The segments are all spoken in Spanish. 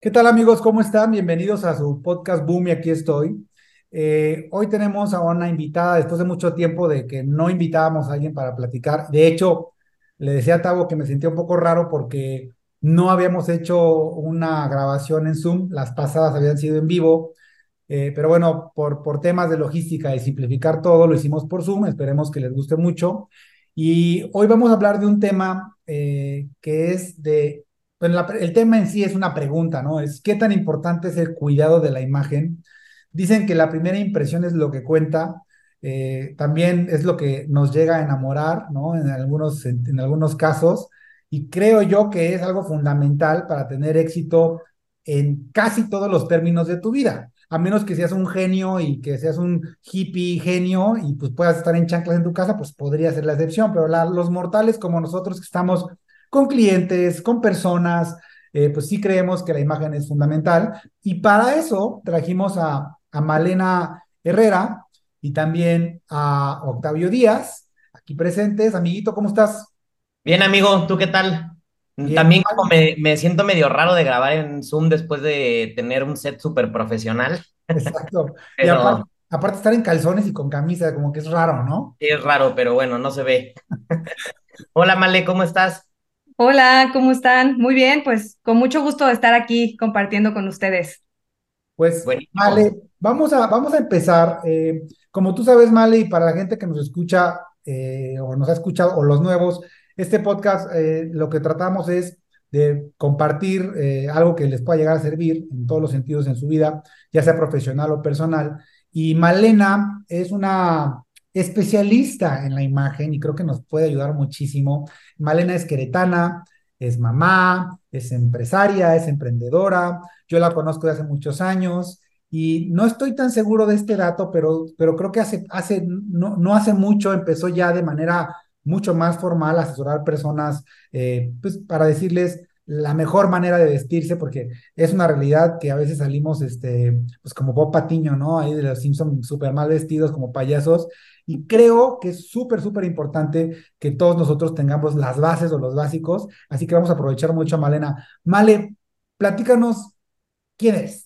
¿Qué tal amigos? ¿Cómo están? Bienvenidos a su podcast Boom y aquí estoy. Hoy tenemos a una invitada después de mucho tiempo de que no invitábamos a alguien para platicar. De hecho, le decía a Tavo que me sentía un poco raro porque no habíamos hecho una grabación en Zoom, las pasadas habían sido en vivo, pero bueno, por temas de logística y simplificar todo, lo hicimos por Zoom, esperemos que les guste mucho. Y hoy vamos a hablar de un tema que es de bueno, el tema en sí es una pregunta, ¿no? Es ¿qué tan importante es el cuidado de la imagen? Dicen que la primera impresión es lo que cuenta, también es lo que nos llega a enamorar, ¿no? En algunos casos, y creo yo que es algo fundamental para tener éxito en casi todos los términos de tu vida, a menos que seas un genio y que seas un hippie genio y pues puedas estar en chanclas en tu casa, pues podría ser la excepción, pero los mortales como nosotros que estamos con clientes, con personas, pues sí creemos que la imagen es fundamental. Y para eso trajimos a Malena Herrera y también a Octavio Díaz, aquí presentes. Amiguito, ¿cómo estás? Bien, amigo, ¿tú qué tal? Bien, También como igual. me siento medio raro de grabar en Zoom después de tener un set súper profesional, Exacto. Y pero aparte estar en calzones y con camisa, como que es raro, ¿no? sí es raro, pero bueno, no se ve. Hola, Male, ¿cómo estás? Hola, ¿cómo están? Muy bien, pues con mucho gusto de estar aquí compartiendo con ustedes. Pues, Buenísimo. Male, vamos a empezar. Como tú sabes, Male, y para la gente que nos escucha o nos ha escuchado, o los nuevos, este podcast lo que tratamos es de compartir algo que les pueda llegar a servir en todos los sentidos en su vida, ya sea profesional o personal. Y Malena es una especialista en la imagen y creo que nos puede ayudar muchísimo. Malena es queretana, es mamá, es empresaria, es emprendedora. Yo la conozco de hace muchos años y no estoy tan seguro de este dato, pero creo que no hace mucho empezó ya de manera mucho más formal a asesorar personas, pues para decirles la mejor manera de vestirse, porque es una realidad que a veces salimos, pues como Bob Patiño, ¿no? Ahí de los Simpsons súper mal vestidos como payasos. Y creo que es súper importante que todos nosotros tengamos las bases o los básicos. Así que vamos a aprovechar mucho a Malena. Male, platícanos. ¿Quién eres?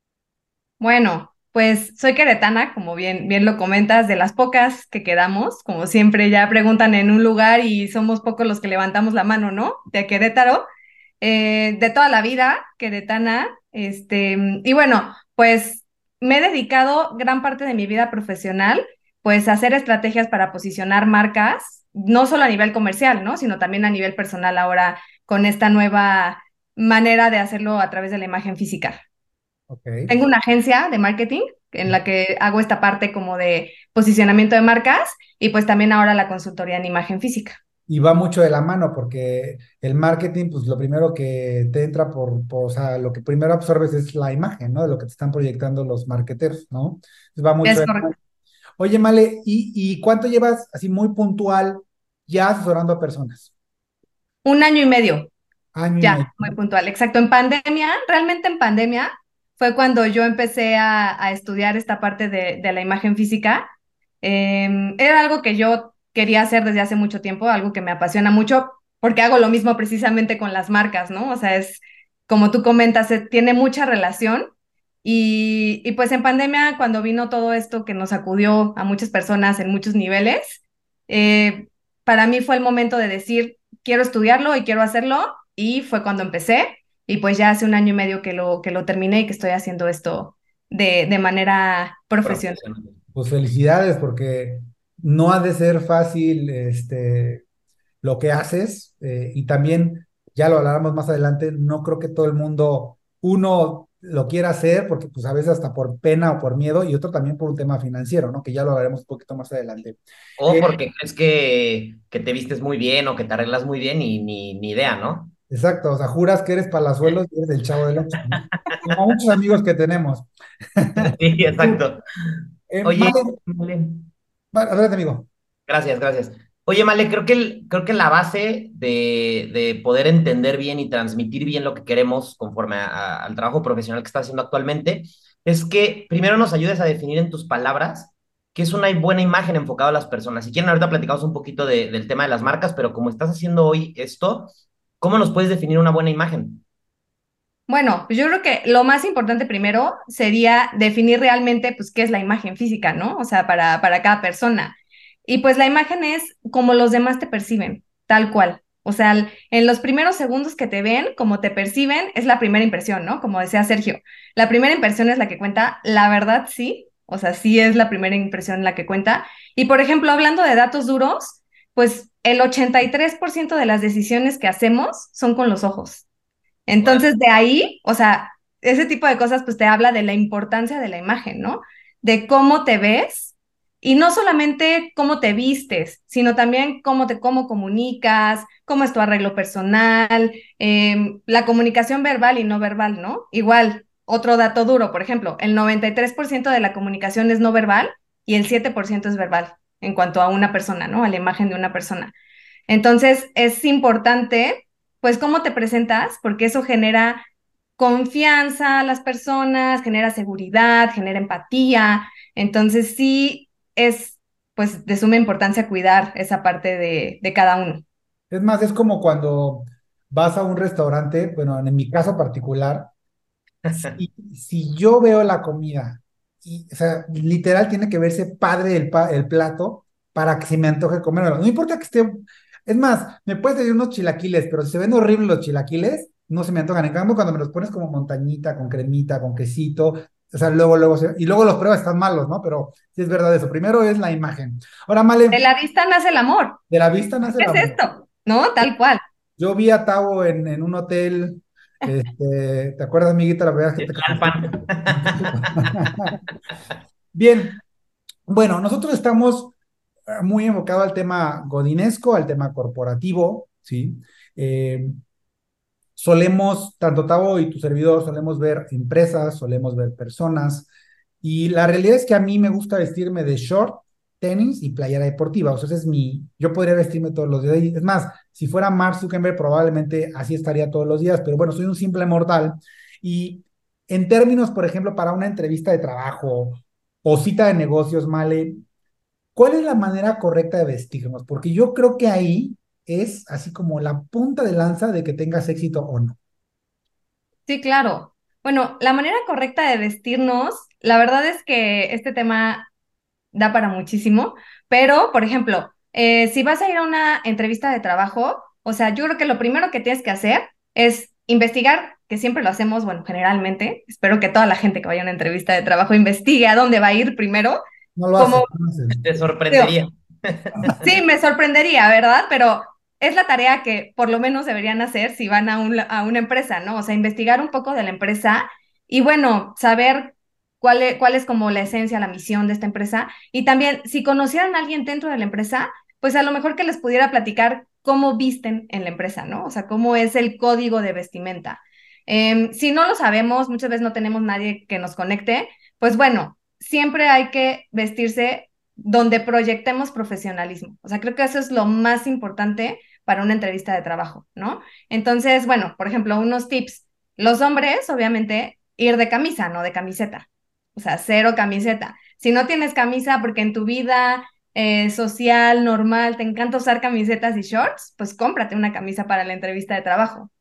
Bueno, pues soy queretana, como bien lo comentas, de las pocas que quedamos, como siempre ya preguntan en un lugar y somos pocos los que levantamos la mano, ¿no? De Querétaro, de toda la vida, queretana, y bueno, pues me he dedicado gran parte de mi vida profesional, pues a hacer estrategias para posicionar marcas, no solo a nivel comercial, ¿no? Sino también a nivel personal ahora con esta nueva manera de hacerlo a través de la imagen física. Ok. Tengo una agencia de marketing en la que hago esta parte como de posicionamiento de marcas y pues también ahora la consultoría en imagen física. Y va mucho de la mano porque el marketing, pues lo primero que te entra o sea, lo que primero absorbes es la imagen, ¿no? De lo que te están proyectando los marketeros, ¿no? Entonces va mucho Es de la mano. correcto. Oye, Male, ¿y cuánto llevas así muy puntual ya asesorando a personas? Un año y medio, Año y ya, medio, muy ¿no? puntual. Exacto. En pandemia, realmente en pandemia fue cuando yo empecé a estudiar esta parte de la imagen física. Era algo que yo quería hacer desde hace mucho tiempo, algo que me apasiona mucho, porque hago lo mismo precisamente con las marcas, ¿no? O sea, es como tú comentas, tiene mucha relación. Y pues en pandemia, cuando vino todo esto que nos acudió a muchas personas en muchos niveles, eh, para mí fue el momento de decir, quiero estudiarlo y quiero hacerlo, y fue cuando empecé. Y pues ya hace un año y medio que lo terminé y que estoy haciendo esto de manera profesional. Profesional. Pues felicidades porque no ha de ser fácil lo que haces y también, ya lo hablaremos más adelante, no creo que todo el mundo, uno lo quiera hacer porque pues a veces hasta por pena o por miedo y otro también por un tema financiero, ¿no? Que ya lo hablaremos un poquito más adelante. O Eh, porque crees que te vistes muy bien o que te arreglas muy bien y ni idea, ¿no? exacto, o sea, juras que eres Palazuelos y eres el Chavo del Ocho, ¿no? Como muchos amigos que tenemos. Sí, exacto. Oye, Male, Male, adelante, amigo. gracias, gracias. Oye, Male, creo que la base de poder entender bien y transmitir bien lo que queremos conforme al trabajo profesional que estás haciendo actualmente es que primero nos ayudes a definir en tus palabras qué es una buena imagen enfocada a las personas. Si quieren, ahorita platicamos un poquito del tema de las marcas, pero como estás haciendo hoy esto, ¿cómo nos puedes definir una buena imagen? Bueno, pues yo creo que lo más importante primero sería definir realmente, pues, qué es la imagen física, ¿no? O sea, para cada persona. Y pues la imagen es como los demás te perciben, tal cual. O sea, en los primeros segundos que te ven, como te perciben, es la primera impresión, ¿no? Como decía Sergio, la primera impresión es la que cuenta, la verdad sí, o sea, sí es la primera impresión la que cuenta. Y por ejemplo, hablando de datos duros, pues el 83% de las decisiones que hacemos son con los ojos. Órale. Entonces, de ahí, o sea, ese tipo de cosas, pues te habla de la importancia de la imagen, ¿no? De cómo te ves y no solamente cómo te vistes, sino también cómo comunicas, cómo es tu arreglo personal, la comunicación verbal y no verbal, ¿no? Igual, otro dato duro, por ejemplo, el 93% de la comunicación es no verbal y el 7% es verbal en cuanto a una persona, ¿no? A la imagen de una persona. Entonces, es importante, pues, cómo te presentas, porque eso genera confianza a las personas, genera seguridad, genera empatía. Entonces, sí es, pues, de suma importancia cuidar esa parte de cada uno. Es más, es como cuando vas a un restaurante, bueno, en mi caso particular, si yo veo la comida, y, o sea, literal tiene que verse padre el plato para que se me antoje comerlo. No importa que esté, es más, me puedes pedir unos chilaquiles, pero si se ven horribles los chilaquiles, no se me antojan. En cambio, cuando me los pones como montañita, con cremita, con quesito, o sea, y luego los pruebas, están malos, ¿no? Pero sí es verdad eso. Primero es la imagen. Ahora, De Male, la vista nace el amor. de la vista nace ¿Qué el es amor. esto? ¿No? Tal cual. Yo vi a Tavo en un hotel, ¿te acuerdas, amiguita, la verdad que te casaste? Tlalpan. Bien, bueno, nosotros estamos muy enfocados al tema godinesco, al tema corporativo, ¿sí? Eh, solemos, tanto Tavo y tu servidor, solemos ver empresas, solemos ver personas, y la realidad es que a mí me gusta vestirme de short, tenis y playera deportiva, o sea, ese es yo podría vestirme todos los días, es más, si fuera Mark Zuckerberg probablemente así estaría todos los días, pero bueno, soy un simple mortal, y en términos, por ejemplo, para una entrevista de trabajo o cita de negocios, Male, ¿cuál es la manera correcta de vestirnos? Porque yo creo que ahí es así como la punta de lanza de que tengas éxito o no. Sí, claro. Bueno, la manera correcta de vestirnos, la verdad es que este tema da para muchísimo, pero, por ejemplo, si vas a ir a una entrevista de trabajo, o sea, yo creo que lo primero que tienes que hacer es investigar, que siempre lo hacemos, bueno, generalmente, espero que toda la gente que vaya a una entrevista de trabajo investigue a dónde va a ir primero, No lo como, haces, no lo haces. Te digo, sorprendería. sí, me sorprendería, ¿verdad? Pero es la tarea que por lo menos deberían hacer si van a una empresa, ¿no? O sea, investigar un poco de la empresa y bueno, saber cuál es como la esencia, la misión de esta empresa. Y también, si conocieran a alguien dentro de la empresa, pues a lo mejor que les pudiera platicar cómo visten en la empresa, ¿no? O sea, cómo es el código de vestimenta. Si no lo sabemos, muchas veces no tenemos nadie que nos conecte, pues bueno, siempre hay que vestirse donde proyectemos profesionalismo. O sea, creo que eso es lo más importante para una entrevista de trabajo, ¿no? Entonces, bueno, por ejemplo, unos tips. Los hombres, obviamente, ir de camisa, no de camiseta. O sea, cero camiseta. Si no tienes camisa porque en tu vida social, normal, te encanta usar camisetas y shorts, pues cómprate una camisa para la entrevista de trabajo.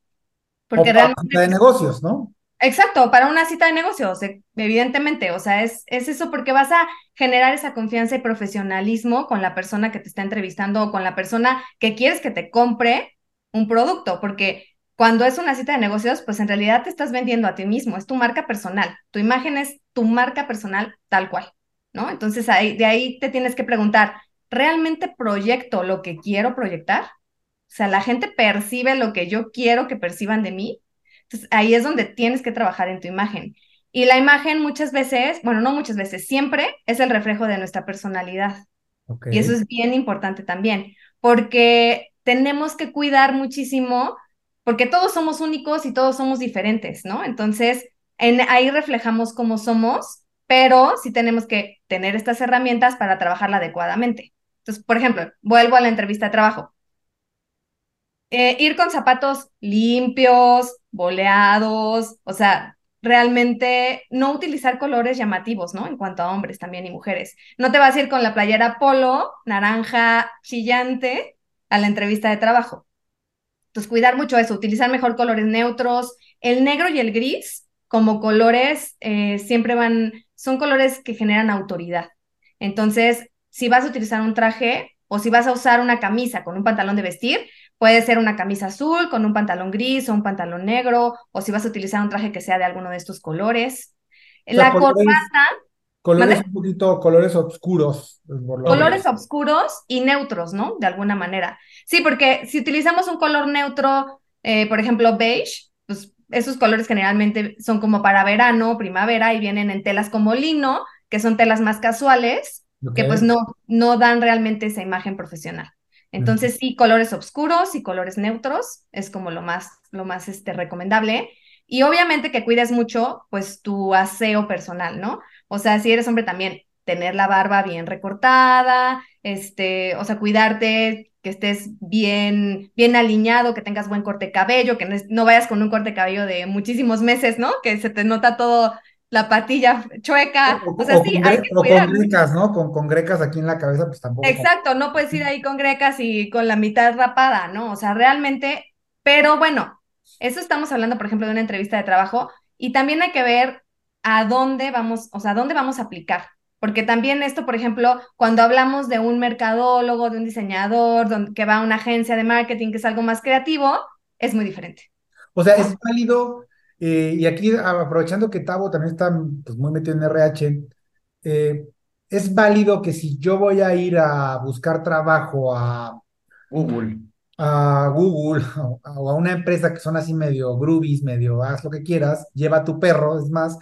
O Porque para realmente cita de negocios, ¿no? exacto, para una cita de negocios, evidentemente, o sea, es eso porque vas a generar esa confianza y profesionalismo con la persona que te está entrevistando o con la persona que quieres que te compre un producto, porque cuando es una cita de negocios, pues en realidad te estás vendiendo a ti mismo, es tu marca personal, tu imagen es tu marca personal tal cual, ¿no? Entonces de ahí te tienes que preguntar, ¿realmente proyecto lo que quiero proyectar? O sea, la gente percibe lo que yo quiero que perciban de mí. Entonces, ahí es donde tienes que trabajar en tu imagen. Y la imagen muchas veces, bueno, no muchas veces, siempre es el reflejo de nuestra personalidad. Ok. Y eso es bien importante también, porque tenemos que cuidar muchísimo, porque todos somos únicos y todos somos diferentes, ¿no? Entonces, ahí reflejamos cómo somos, pero sí tenemos que tener estas herramientas para trabajarla adecuadamente. Entonces, por ejemplo, vuelvo a la entrevista de trabajo. Ir con zapatos limpios, boleados, o sea, realmente no utilizar colores llamativos, ¿no? En cuanto a hombres también y mujeres. No te vas a ir con la playera polo, naranja chillante a la entrevista de trabajo. Entonces, cuidar mucho eso, utilizar mejor colores neutros, el negro y el gris como colores siempre son colores que generan autoridad. Entonces, si vas a utilizar un traje o si vas a usar una camisa con un pantalón de vestir, puede ser una camisa azul con un pantalón gris o un pantalón negro, o si vas a utilizar un traje que sea de alguno de estos colores. O sea, La corbata, colores ¿mande? un poquito, colores oscuros, pues, por lo menos. Colores oscuros y neutros, ¿no? De alguna manera. Sí, porque si utilizamos un color neutro, por ejemplo, beige, pues esos colores generalmente son como para verano, primavera, y vienen en telas como lino, que son telas más casuales, Ok. que pues no dan realmente esa imagen profesional. Entonces, sí, colores oscuros y colores neutros es como lo más recomendable. Y obviamente que cuides mucho, pues, tu aseo personal, ¿no? O sea, si eres hombre también, tener la barba bien recortada, o sea, cuidarte, que estés bien alineado, que tengas buen corte de cabello, que no vayas con un corte de cabello de muchísimos meses, ¿no? Que se te nota todo la patilla chueca. O sea, sí, hay que O con cuidar, ¿no? grecas, ¿no? Con grecas aquí en la cabeza, pues tampoco. Exacto, no puedes ir ahí con grecas y con la mitad rapada, ¿no? O sea, realmente, pero bueno, eso estamos hablando, por ejemplo, de una entrevista de trabajo y también hay que ver a dónde vamos, o sea, dónde vamos a aplicar. Porque también esto, por ejemplo, cuando hablamos de un mercadólogo, de un diseñador, que va a una agencia de marketing, que es algo más creativo, es muy diferente, O sea, es ¿no? válido, y aquí aprovechando que Tavo también está pues, muy metido en RH, eh, es válido que si yo voy a ir a buscar trabajo Google. a Google o a una empresa que son así medio groovies, medio haz lo que quieras, lleva tu perro, es más,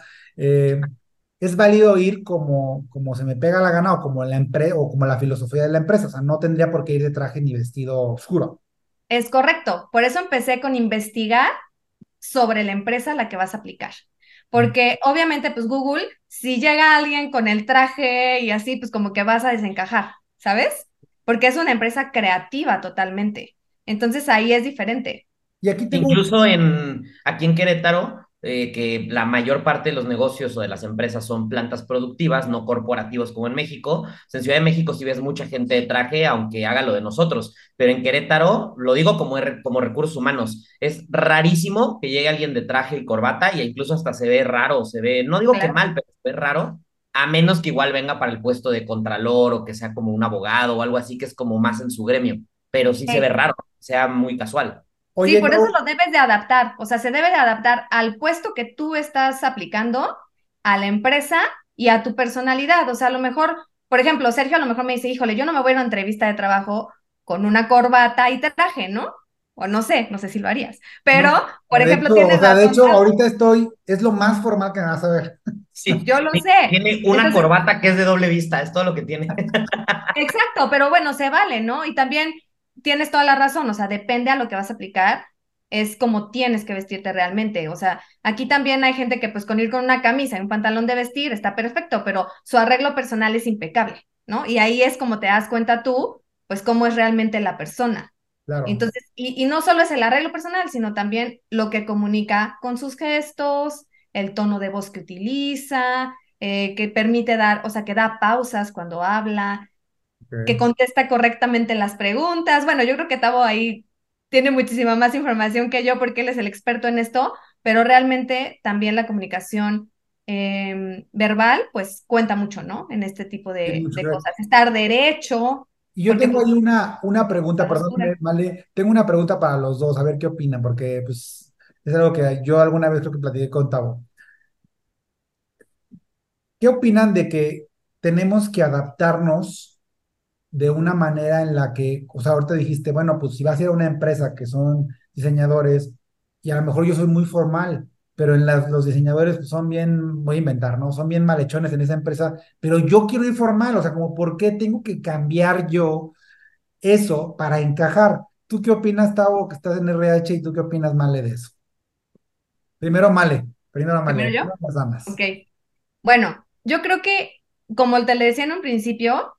es válido ir como se me pega la gana o como la empresa o como la filosofía de la empresa, o sea, no tendría por qué ir de traje ni vestido oscuro. Es correcto. Por eso empecé con investigar sobre la empresa a la que vas a aplicar. Porque obviamente, pues Google, si llega alguien con el traje y así, pues como que vas a desencajar, ¿sabes? Porque es una empresa creativa totalmente. Entonces ahí es diferente. Y aquí tengo Incluso aquí en Querétaro, que la mayor parte de los negocios o de las empresas son plantas productivas, no corporativos como en México. O sea, en Ciudad de México sí ves mucha gente de traje, aunque haga lo de nosotros. Pero en Querétaro, lo digo como recursos humanos, es rarísimo que llegue alguien de traje y corbata y incluso hasta se ve raro, no digo que Claro. mal, pero se ve raro, a menos que igual venga para el puesto de contralor o que sea como un abogado o algo así que es como más en su gremio. Pero sí se ve raro, sea muy casual. Sí, Oye, por eso no, lo debes de adaptar. O sea, se debe de adaptar al puesto que tú estás aplicando, a la empresa y a tu personalidad. O sea, a lo mejor, por ejemplo, Sergio a lo mejor me dice, híjole, yo no me voy a una entrevista de trabajo con una corbata y traje, ¿no? O no sé si lo harías. Pero, no, por de ejemplo, hecho, o tienes sea, de razón, hecho, Tavo. ahorita es lo más formal que me vas a ver. Sí, Yo lo sí, sé. tiene una Entonces, corbata que es de doble vista, es todo lo que tiene. exacto, pero bueno, se vale, ¿no? Y también tienes toda la razón, o sea, depende a lo que vas a aplicar, es como tienes que vestirte realmente. O sea, aquí también hay gente que pues con ir con una camisa y un pantalón de vestir está perfecto, pero su arreglo personal es impecable, ¿no? Y ahí es como te das cuenta tú, pues cómo es realmente la persona. Claro. Entonces, y no solo es el arreglo personal, sino también lo que comunica con sus gestos, el tono de voz que utiliza, que permite dar, o sea, que da pausas cuando habla, que Ok. contesta correctamente las preguntas. Bueno, yo creo que Tavo ahí tiene muchísima más información que yo porque él es el experto en esto, pero realmente también la comunicación verbal, pues cuenta mucho, ¿no? En este tipo Tiene de, mucho de que ver. cosas. Estar derecho, Y yo porque tengo pues ahí una pregunta, la perdón, postura. Vale, tengo una pregunta para los dos, a ver qué opinan, porque pues es algo que yo alguna vez creo que platiqué con Tavo. ¿Qué opinan de que tenemos que adaptarnos de una manera en la que, o sea, ahorita dijiste, bueno, pues si vas a ir a una empresa que son diseñadores, y a lo mejor yo soy muy formal, pero los diseñadores pues, son bien, voy a inventar, ¿no? Son bien malhechones en esa empresa, pero yo quiero ir formal, o sea, como, ¿por qué tengo que cambiar yo eso para encajar? ¿Tú qué opinas, Tavo, que estás en RH, y tú qué opinas, Male, de eso? Primero Primero Male, yo. primero las damas. Ok. Bueno, yo creo que, como te le decía en un principio,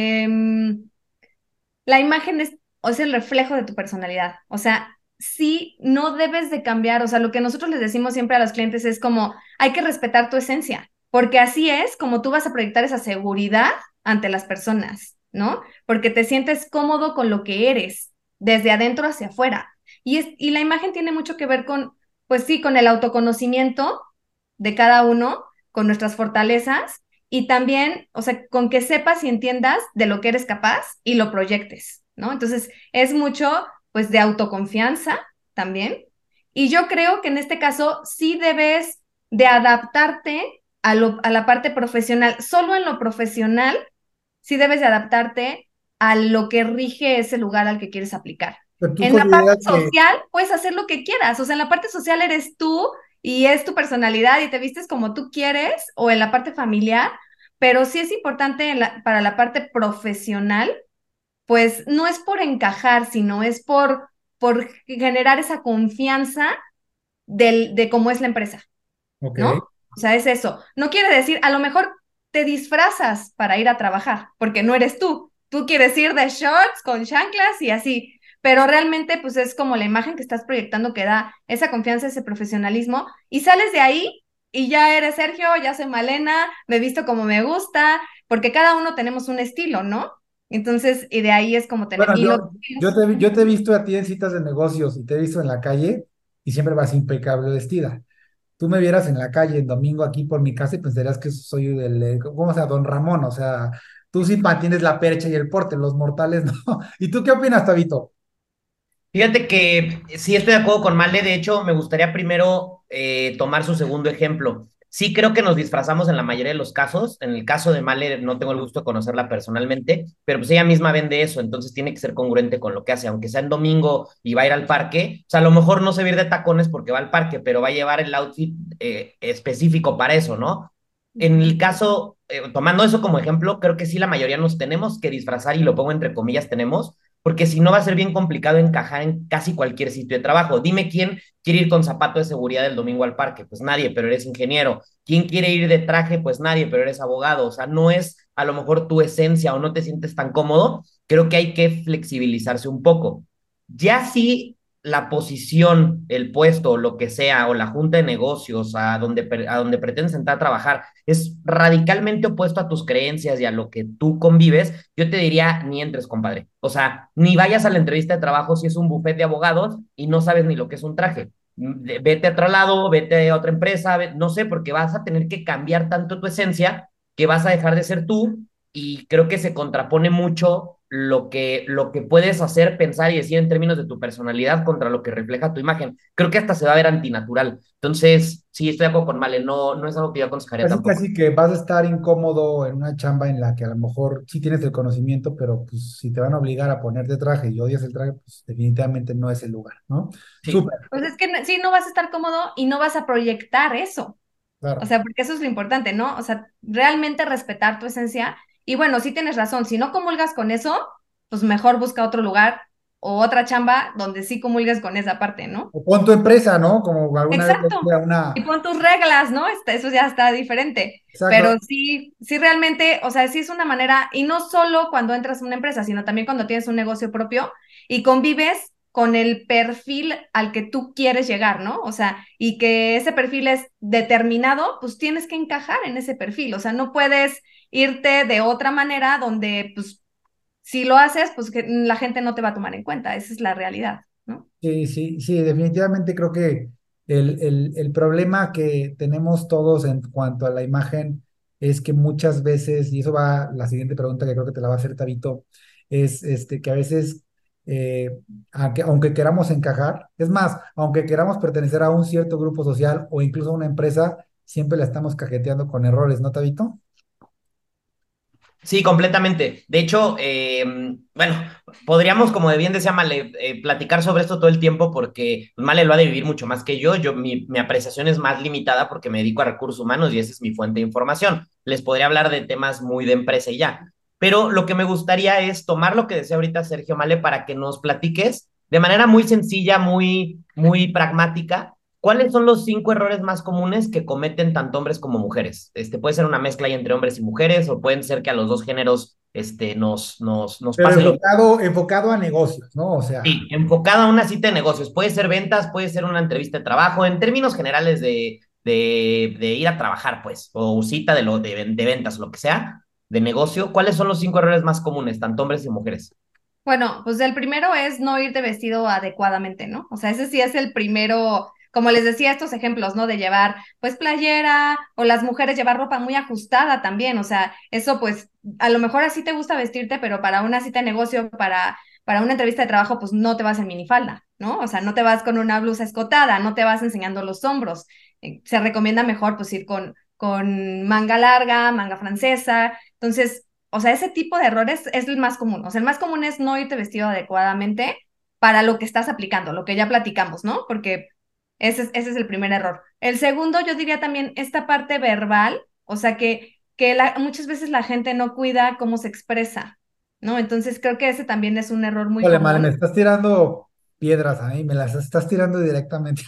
la imagen es el reflejo de tu personalidad. O sea, sí, no debes de cambiar. O sea, lo que nosotros les decimos siempre a los clientes es como, hay que respetar tu esencia, porque así es como tú vas a proyectar esa seguridad ante las personas, ¿no? Porque te sientes cómodo con lo que eres, desde adentro hacia afuera. Y la imagen tiene mucho que ver pues sí, con el autoconocimiento de cada uno, con nuestras fortalezas y también, o sea, con que sepas y entiendas de lo que eres capaz y lo proyectes, ¿no? Entonces, es mucho, pues, de autoconfianza también. Y yo creo que en este caso sí debes de adaptarte a la parte profesional. Solo en lo profesional sí debes de adaptarte a lo que rige ese lugar al que quieres aplicar. Pero tú En la parte consideras que, social puedes hacer lo que quieras, o sea, en la parte social eres tú y es tu personalidad y te vistes como tú quieres, o en la parte familiar, pero sí es importante para la parte profesional, pues no es por encajar, sino es por generar esa confianza de cómo es la empresa, ok, ¿no? O sea, es eso. No quiere decir, a lo mejor te disfrazas para ir a trabajar, porque no eres tú. Tú quieres ir de shorts con chanclas y así, pero realmente pues es como la imagen que estás proyectando que da esa confianza, ese profesionalismo, y sales de ahí y ya eres Sergio, ya soy Malena, me he visto como me gusta, porque cada uno tenemos un estilo, ¿no? Entonces, y de ahí es como tener, bueno, y lo yo te he visto a ti en citas de negocios y te he visto en la calle y siempre vas impecable vestida. Tú me vieras en la calle en domingo aquí por mi casa y pensarías que soy ¿cómo sea? Don Ramón, o sea, tú sí mantienes la percha y el porte, los mortales no. ¿Y tú qué opinas, Tabito? Fíjate que sí estoy de acuerdo con Male, de hecho me gustaría primero tomar su segundo ejemplo. Sí creo que nos disfrazamos en la mayoría de los casos, en el caso de Male no tengo el gusto de conocerla personalmente, pero pues ella misma vende eso, entonces tiene que ser congruente con lo que hace, aunque sea en domingo y va a ir al parque, o sea, a lo mejor no se va a ir de tacones porque va al parque, pero va a llevar el outfit específico para eso, ¿no? En el caso, tomando eso como ejemplo, creo que sí la mayoría nos tenemos que disfrazar y lo pongo entre comillas tenemos porque si no va a ser bien complicado encajar en casi cualquier sitio de trabajo. Dime quién quiere ir con zapato de seguridad el domingo al parque, pues nadie, pero eres ingeniero. ¿Quién quiere ir de traje? Pues nadie, pero eres abogado. O sea, no es a lo mejor tu esencia o no te sientes tan cómodo. Creo que hay que flexibilizarse un poco. Ya si la posición, el puesto, lo que sea, o la junta de negocios a donde pretendes entrar a trabajar, es radicalmente opuesto a tus creencias y a lo que tú convives, yo te diría, ni entres, compadre. O sea, ni vayas a la entrevista de trabajo si es un buffet de abogados y no sabes ni lo que es un traje. Vete a otro lado, vete a otra empresa, no sé, porque vas a tener que cambiar tanto tu esencia que vas a dejar de ser tú y creo que se contrapone mucho lo que puedes hacer, pensar y decir en términos de tu personalidad contra lo que refleja tu imagen. Creo que hasta se va a ver antinatural. Entonces, sí, estoy de acuerdo con Male, no es algo que yo aconsejaría Casi, tampoco. casi que vas a estar incómodo en una chamba en la que a lo mejor sí tienes el conocimiento, pero pues si te van a obligar a ponerte traje y odias el traje, pues definitivamente no es el lugar, ¿no? Sí. Súper, pues es que sí, no vas a estar cómodo y no vas a proyectar eso. O claro. sea, porque eso es lo importante, ¿no? O sea, realmente respetar tu esencia. Y bueno, sí tienes razón, si no comulgas con eso, pues mejor busca otro lugar o otra chamba donde sí comulgues con esa parte, ¿no? O pon tu empresa, ¿no? Como alguna vez Exacto. decía Y una, pon tus reglas, ¿no? Eso ya está diferente. exacto, Pero sí, sí realmente, o sea, sí es una manera, y no solo cuando entras a una empresa, sino también cuando tienes un negocio propio y convives con el perfil al que tú quieres llegar, ¿no? O sea, y que ese perfil es determinado, pues tienes que encajar en ese perfil. O sea, no puedes irte de otra manera donde, pues, si lo haces, pues que la gente no te va a tomar en cuenta. Esa es la realidad, ¿no? sí, sí, sí, definitivamente creo que el problema que tenemos todos en cuanto a la imagen es que muchas veces, y eso va la siguiente pregunta que creo que te la va a hacer Tabito, es que a veces, aunque queramos encajar, es más, aunque queramos pertenecer a un cierto grupo social o incluso a una empresa, siempre la estamos cajeteando con errores, ¿no, Tabito? Sí, completamente. De hecho, bueno, podríamos, como de bien decía Male, platicar sobre esto todo el tiempo porque pues, Male lo ha de vivir mucho más que yo. Mi apreciación es más limitada porque me dedico a recursos humanos y esa es mi fuente de información. Les podría hablar de temas muy de empresa y ya. Pero lo que me gustaría es tomar lo que decía ahorita Sergio Male para que nos platiques de manera muy sencilla, muy pragmática. ¿Cuáles son los 5 errores más comunes que cometen tanto hombres como mujeres? Puede ser una mezcla ahí entre hombres y mujeres, o pueden ser que a los dos géneros nos Pero pase lo mismo. enfocado a negocios, ¿no? O sea, Sí, enfocada a una cita de negocios. Puede ser ventas, puede ser una entrevista de trabajo, en términos generales de ir a trabajar, pues, o cita de ventas, lo que sea, de negocio. ¿Cuáles son los 5 errores más comunes, tanto hombres y mujeres? Bueno, pues el primero es no irte vestido adecuadamente, ¿no? O sea, ese sí es el primero, como les decía, estos ejemplos, ¿no? De llevar, pues, playera, o las mujeres llevar ropa muy ajustada también, o sea, eso, pues, a lo mejor así te gusta vestirte, pero para una cita de negocio, para una entrevista de trabajo, pues, no te vas en minifalda, ¿no? O sea, no te vas con una blusa escotada, no te vas enseñando los hombros. Se recomienda mejor, pues, ir con manga larga, manga francesa. Entonces, o sea, ese tipo de errores es el más común. O sea, el más común es no irte vestido adecuadamente para lo que estás aplicando, lo que ya platicamos, ¿no? Porque ese es el primer error. El segundo, yo diría también esta parte verbal, o sea, que muchas veces la gente no cuida cómo se expresa, ¿no? Entonces creo que ese también es un error muy Híjole, Male, me común. estás tirando piedras a mí, me las estás tirando directamente.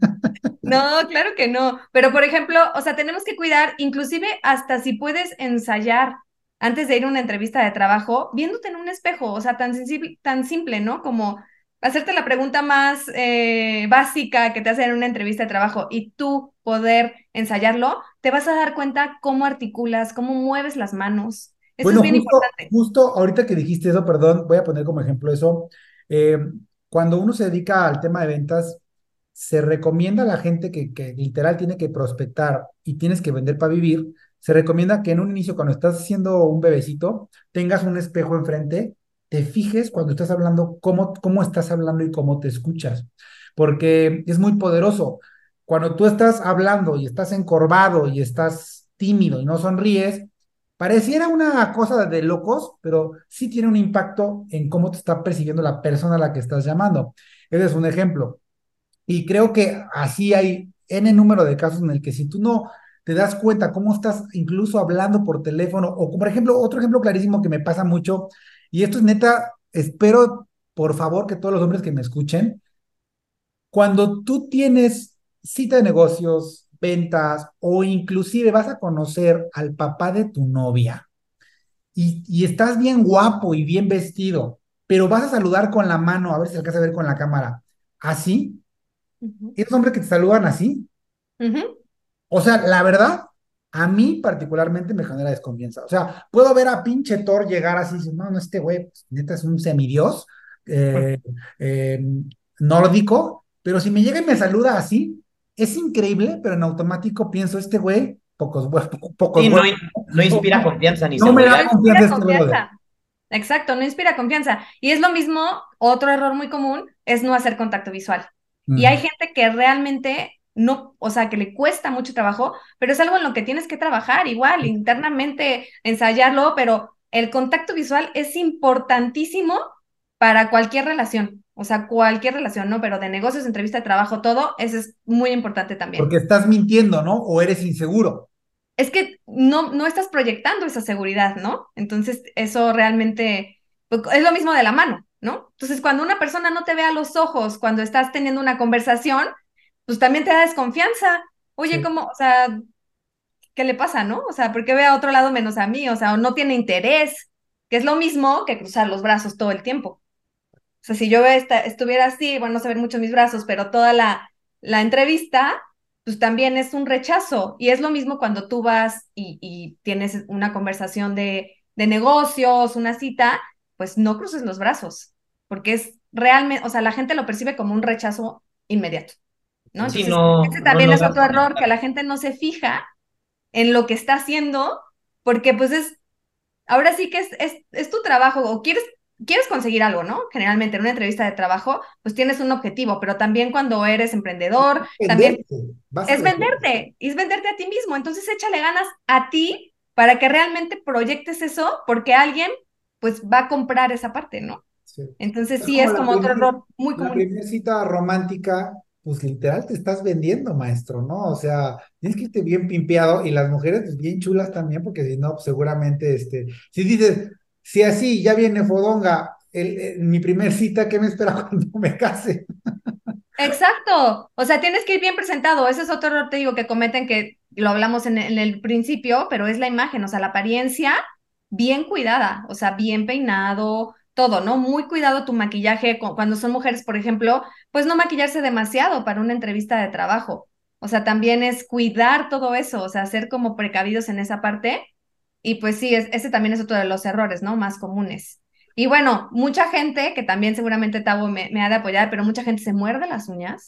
No, claro que no. Pero, por ejemplo, o sea, tenemos que cuidar, inclusive hasta si puedes ensayar antes de ir a una entrevista de trabajo, viéndote en un espejo, o sea, tan simple, ¿no? Como hacerte la pregunta más básica que te hacen en una entrevista de trabajo y tú poder ensayarlo, te vas a dar cuenta cómo articulas, cómo mueves las manos. Eso es Bueno, bien importante. justo ahorita que dijiste eso, perdón, voy a poner como ejemplo eso. eh, Cuando uno se dedica al tema de ventas, se recomienda a la gente que literal tiene que prospectar y tienes que vender para vivir, se recomienda que en un inicio, cuando estás haciendo un bebecito, tengas un espejo enfrente, te fijes cuando estás hablando, cómo estás hablando y cómo te escuchas, porque es muy poderoso. Cuando tú estás hablando y estás encorvado y estás tímido y no sonríes, pareciera una cosa de locos, pero sí tiene un impacto en cómo te está percibiendo la persona a la que estás llamando. Ese es un ejemplo. Y creo que así hay N número de casos en el que si tú no te das cuenta cómo estás incluso hablando por teléfono, o por ejemplo, otro ejemplo clarísimo que me pasa mucho, y esto es neta, espero por favor que todos los hombres que me escuchen, cuando tú tienes cita de negocios, ventas, o inclusive vas a conocer al papá de tu novia, y estás bien guapo y bien vestido, pero vas a saludar con la mano, a ver si alcanza a ver con la cámara, así, Ujú, esos hombres que te saludan así, ujú, o sea, la verdad, a mí particularmente me genera desconfianza. O sea, puedo ver a pinche Thor llegar así, y decir, no, no, este güey, pues, neta es un semidios eh, eh, nórdico, pero si me llega y me saluda así, es increíble, pero en automático pienso, este güey, pocos Sí, huevos. no inspira No, confianza ni no me no da seguridad. confianza inspira este brother. confianza. Exacto, no inspira confianza. Y es lo mismo, otro error muy común es no hacer contacto visual. Y hay Mm. gente que realmente no, o sea, que le cuesta mucho trabajo, pero es algo en lo que tienes que trabajar igual, internamente, ensayarlo, pero el contacto visual es importantísimo para cualquier relación, o sea, cualquier relación, ¿no? Pero de negocios, entrevista de trabajo, todo, eso es muy importante también. Porque estás mintiendo, ¿no? O eres inseguro. Es que no estás proyectando esa seguridad, ¿no? Entonces, eso realmente pues, es lo mismo de la mano, ¿no? Entonces, cuando una persona no te ve a los ojos, cuando estás teniendo una conversación, pues también te da desconfianza. Oye, Sí. ¿cómo? O sea, ¿qué le pasa, no? O sea, ¿por qué ve a otro lado menos a mí? O sea, o no tiene interés, que es lo mismo que cruzar los brazos todo el tiempo. O sea, si yo estuviera así, bueno, no se ven mucho mis brazos, pero toda la entrevista, pues también es un rechazo. Y es lo mismo cuando tú vas y tienes una conversación de negocios, una cita, pues no cruces los brazos, porque es realmente, o sea, la gente lo percibe como un rechazo inmediato, ¿no? Sí, Entonces, ese no también es logras otro error, que conectar. la gente no se fija en lo que está haciendo, porque pues ahora sí que es tu trabajo o quieres conseguir algo, ¿no? Generalmente en una entrevista de trabajo, pues tienes un objetivo, pero también cuando eres emprendedor, también Venderte, vas a vender. y es venderte a ti mismo. Entonces échale ganas a ti para que realmente proyectes eso, porque alguien pues va a comprar esa parte, ¿no? Sí. Entonces Es sí como es como otro error muy la común. primer cita romántica, pues literal te estás vendiendo, maestro, ¿no? O sea, tienes que irte bien pimpeado y las mujeres pues bien chulas también, porque si no, pues, seguramente, si dices, si así ya viene fodonga, mi primer cita, ¿qué me espera cuando me case? Exacto, o sea, tienes que ir bien presentado. Ese es otro error, te digo, que cometen, que lo hablamos en el principio, pero es la imagen, o sea, la apariencia bien cuidada, o sea, bien peinado, todo, ¿no? Muy cuidado tu maquillaje. Cuando son mujeres, por ejemplo, pues no maquillarse demasiado para una entrevista de trabajo. O sea, también es cuidar todo eso, o sea, ser como precavidos en esa parte. Y pues sí, ese también es otro de los errores, ¿no? Más comunes. Y bueno, mucha gente, que también seguramente Tavo me ha de apoyar, pero mucha gente se muerde las uñas.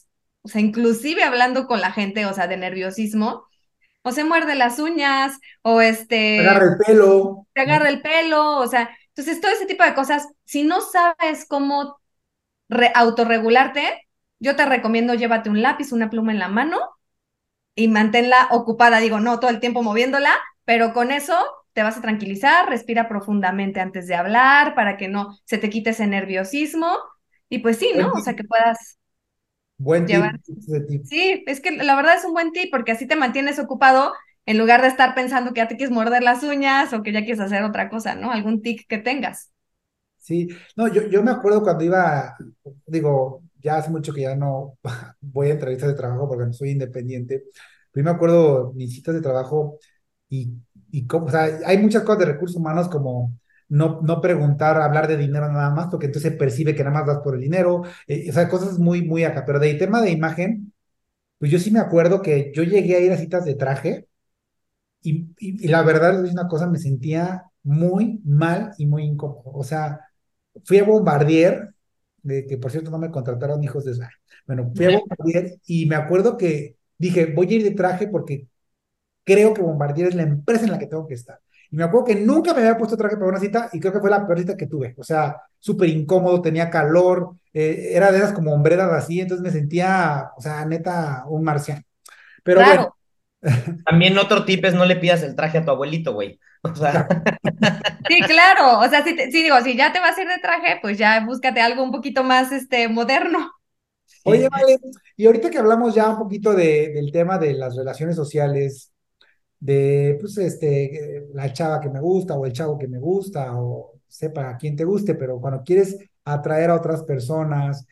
o sea, inclusive hablando con la gente, o sea, de nerviosismo, o se muerde las uñas, o Agarra el pelo, te ¿no? agarra el pelo, o sea, entonces todo ese tipo de cosas, si no sabes cómo autorregularte, yo te recomiendo llévate un lápiz, una pluma en la mano y manténla ocupada, digo, no todo el tiempo moviéndola, pero con eso te vas a tranquilizar, respira profundamente antes de hablar para que no se te quite ese nerviosismo y pues sí, ¿no? Buen O sea, tip, que puedas buen llevar. tip, ese tip. Sí, es que la verdad es un buen tip porque así te mantienes ocupado en lugar de estar pensando que ya te quieres morder las uñas o que ya quieres hacer otra cosa, ¿no? Algún tic que tengas. Sí, no, yo me acuerdo cuando iba, digo, ya hace mucho que ya no voy a entrevistas de trabajo porque no soy independiente, pero yo me acuerdo mis citas de trabajo y, y cómo, o sea, hay muchas cosas de recursos humanos como no preguntar, hablar de dinero nada más, porque entonces se percibe que nada más das por el dinero, o sea, cosas muy, muy acá, pero de tema de imagen, pues yo sí me acuerdo que yo llegué a ir a citas de traje y la verdad es una cosa, me sentía muy mal y muy incómodo, o sea fui a Bombardier, de que por cierto no me contrataron hijos de... Bueno, fui a Bombardier y me acuerdo que dije, voy a ir de traje porque creo que Bombardier es la empresa en la que tengo que estar. Y me acuerdo que nunca me había puesto traje para una cita y creo que fue la peor cita que tuve. O sea, súper incómodo, tenía calor, era de esas como hombreras así, entonces me sentía, o sea, neta, un marciano. Pero bueno, Claro, También otro tip es no le pidas el traje a tu abuelito, güey. O sea, sí, claro. O sea, sí digo, si ya te vas a ir de traje, pues ya búscate algo un poquito más, moderno. oye, sí. vale, y ahorita que hablamos ya un poquito del tema de las relaciones sociales, de, pues, la chava que me gusta o el chavo que me gusta o sepa a quién te guste, pero cuando quieres atraer a otras personas,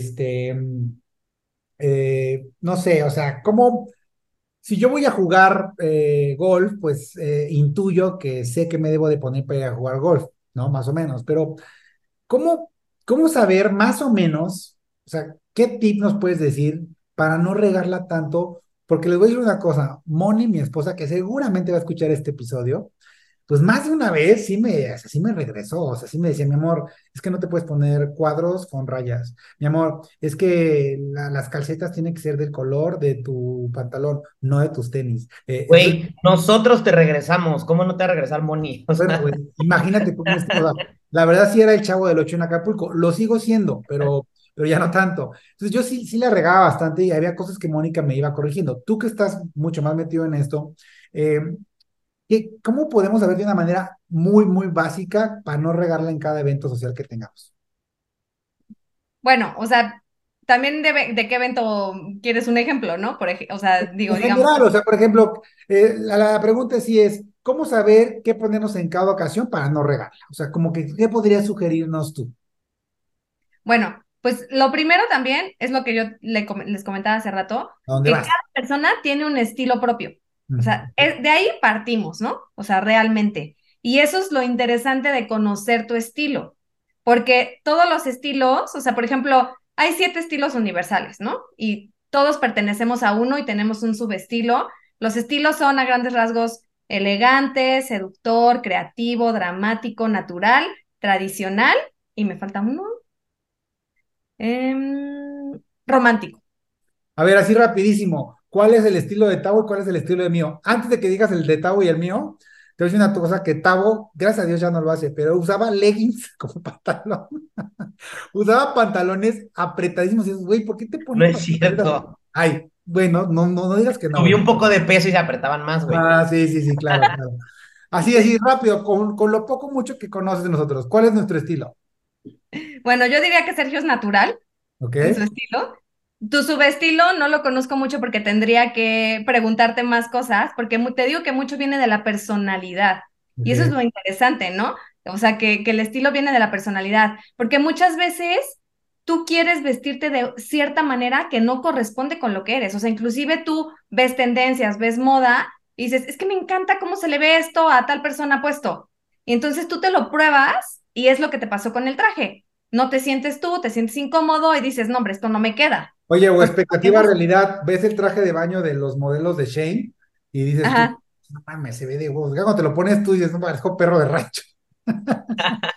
no sé, o sea, ¿cómo? Si yo voy a jugar golf, pues intuyo que sé que me debo de poner para ir a jugar golf, ¿no? Más o menos, pero ¿cómo, cómo saber más o menos, o sea, qué tip nos puedes decir para no regarla tanto? Porque les voy a decir una cosa, Moni, mi esposa, que seguramente va a escuchar este episodio, pues más de una vez o sea, sí me regresó, o sea, sí me decía, mi amor, es que no te puedes poner cuadros con rayas, mi amor, es que las calcetas tienen que ser del color de tu pantalón, no de tus tenis. Entonces, Güey, nosotros te regresamos. ¿Cómo no te va a regresar Moni? O bueno, sea, güey, imagínate cómo es, o sea, la verdad sí era el Chavo del Ocho en Acapulco, lo sigo siendo, pero ya no tanto. Entonces yo sí la regaba bastante y había cosas que Mónica me iba corrigiendo. Tú que estás mucho más metido en esto, eh, ¿cómo podemos saber de una manera muy, muy básica para no regarla en cada evento social que tengamos? Bueno, o sea, también de qué evento quieres un ejemplo, ¿no? O sea, digo, En digamos, general, o sea, por ejemplo, la pregunta sí es, ¿cómo saber qué ponernos en cada ocasión para no regarla? O sea, como que, ¿qué podrías sugerirnos tú? bueno, pues lo primero también es lo que yo les comentaba hace rato, ¿A dónde que vas? cada persona tiene un estilo propio. O Ujú. sea, de ahí partimos, ¿no? O sea, realmente. Y eso es lo interesante de conocer tu estilo, porque todos los estilos, o sea, por ejemplo, hay 7 estilos universales, ¿no? Y todos pertenecemos a uno y tenemos un subestilo. Los estilos son a grandes rasgos elegante, seductor, creativo, dramático, natural, tradicional, y me falta uno. Romántico. A ver, así rapidísimo, ¿cuál es el estilo de Tavo y cuál es el estilo de mío? Antes de que digas el de Tavo y el mío, te voy a decir una cosa que Tavo, gracias a Dios ya no lo hace, pero usaba leggings como pantalón, usaba pantalones apretadísimos y dices, güey, ¿por qué te no pones es pantalones? cierto. Ay, bueno, no digas que no, Subió güey. un poco de peso y se apretaban más, güey. Ah, sí, claro, claro. Así, Sí. así, rápido, con lo poco mucho que conoces de nosotros, ¿cuál es nuestro estilo? Bueno, yo diría que Sergio es natural ¿Ok? en su estilo. Tu subestilo no lo conozco mucho porque tendría que preguntarte más cosas, porque te digo que mucho viene de la personalidad. Y eso es Ok. lo interesante, ¿no? O sea, que el estilo viene de la personalidad, porque muchas veces tú quieres vestirte de cierta manera que no corresponde con lo que eres. O sea, inclusive tú ves tendencias, ves moda y dices, es que me encanta cómo se le ve esto a tal persona puesto. Y entonces tú te lo pruebas y es lo que te pasó con el traje. No te sientes tú, te sientes incómodo y dices, no, hombre, esto no me queda. Oye, o Porque no te expectativa gusta. realidad, ves el traje de baño de los modelos de Shane y dices tú, Ajá. no mames, se ve de huevos. Ya cuando te lo pones tú dices, no, parezco perro de rancho.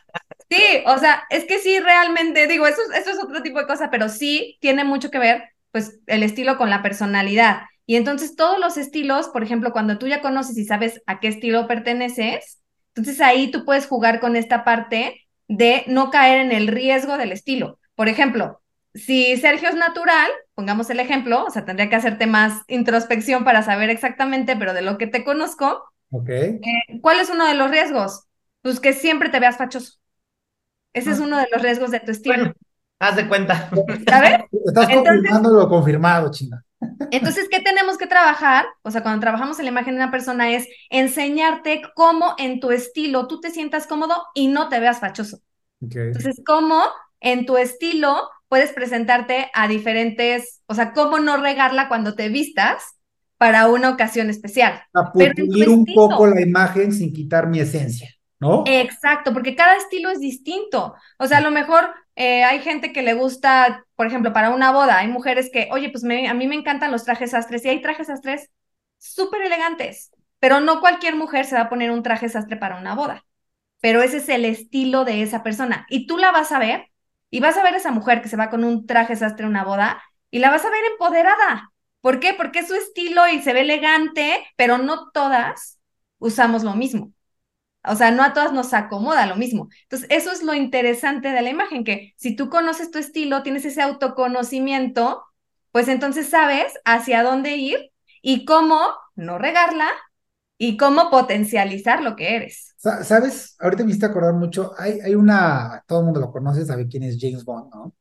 Sí, o sea, es que sí, realmente, digo, eso es otro tipo de cosa, pero sí tiene mucho que ver pues el estilo con la personalidad. Y entonces todos los estilos, por ejemplo, cuando tú ya conoces y sabes a qué estilo perteneces, entonces ahí tú puedes jugar con esta parte de no caer en el riesgo del estilo. Por ejemplo, si Sergio es natural, pongamos el ejemplo, o sea, tendría que hacerte más introspección para saber exactamente, pero de lo que te conozco, Ok. ¿cuál es uno de los riesgos? Pues que siempre te veas fachoso. Ese es Ah, uno de los riesgos de tu estilo, Bueno, haz de cuenta. ¿sabes? estás Entonces, confirmando lo confirmado, China. entonces, ¿qué tenemos que trabajar? O sea, cuando trabajamos en la imagen de una persona es enseñarte cómo en tu estilo tú te sientas cómodo y no te veas fachoso. Ok. Entonces, cómo en tu estilo puedes presentarte a diferentes, o sea, cómo no regarla cuando te vistas para una ocasión especial, A pero en tu pulir un poco estilo. la imagen sin quitar mi esencia, ¿no? Exacto, porque cada estilo es distinto. O sea, a lo mejor hay gente que le gusta, por ejemplo, para una boda, hay mujeres que, oye, pues a mí me encantan los trajes sastres y hay trajes sastres súper elegantes, pero no cualquier mujer se va a poner un traje sastre para una boda, pero ese es el estilo de esa persona. Y tú la vas a ver y vas a ver a esa mujer que se va con un traje sastre a una boda y la vas a ver empoderada. ¿Por qué? Porque es su estilo y se ve elegante, pero no todas usamos lo mismo. O sea, no a todas nos acomoda lo mismo. Entonces, eso es lo interesante de la imagen, que si tú conoces tu estilo, tienes ese autoconocimiento, pues entonces sabes hacia dónde ir y cómo no regarla y cómo potencializar lo que eres. ¿Sabes? Ahorita me hiciste acordar mucho. Hay una, todo el mundo lo conoce, sabe quién es James Bond, ¿no?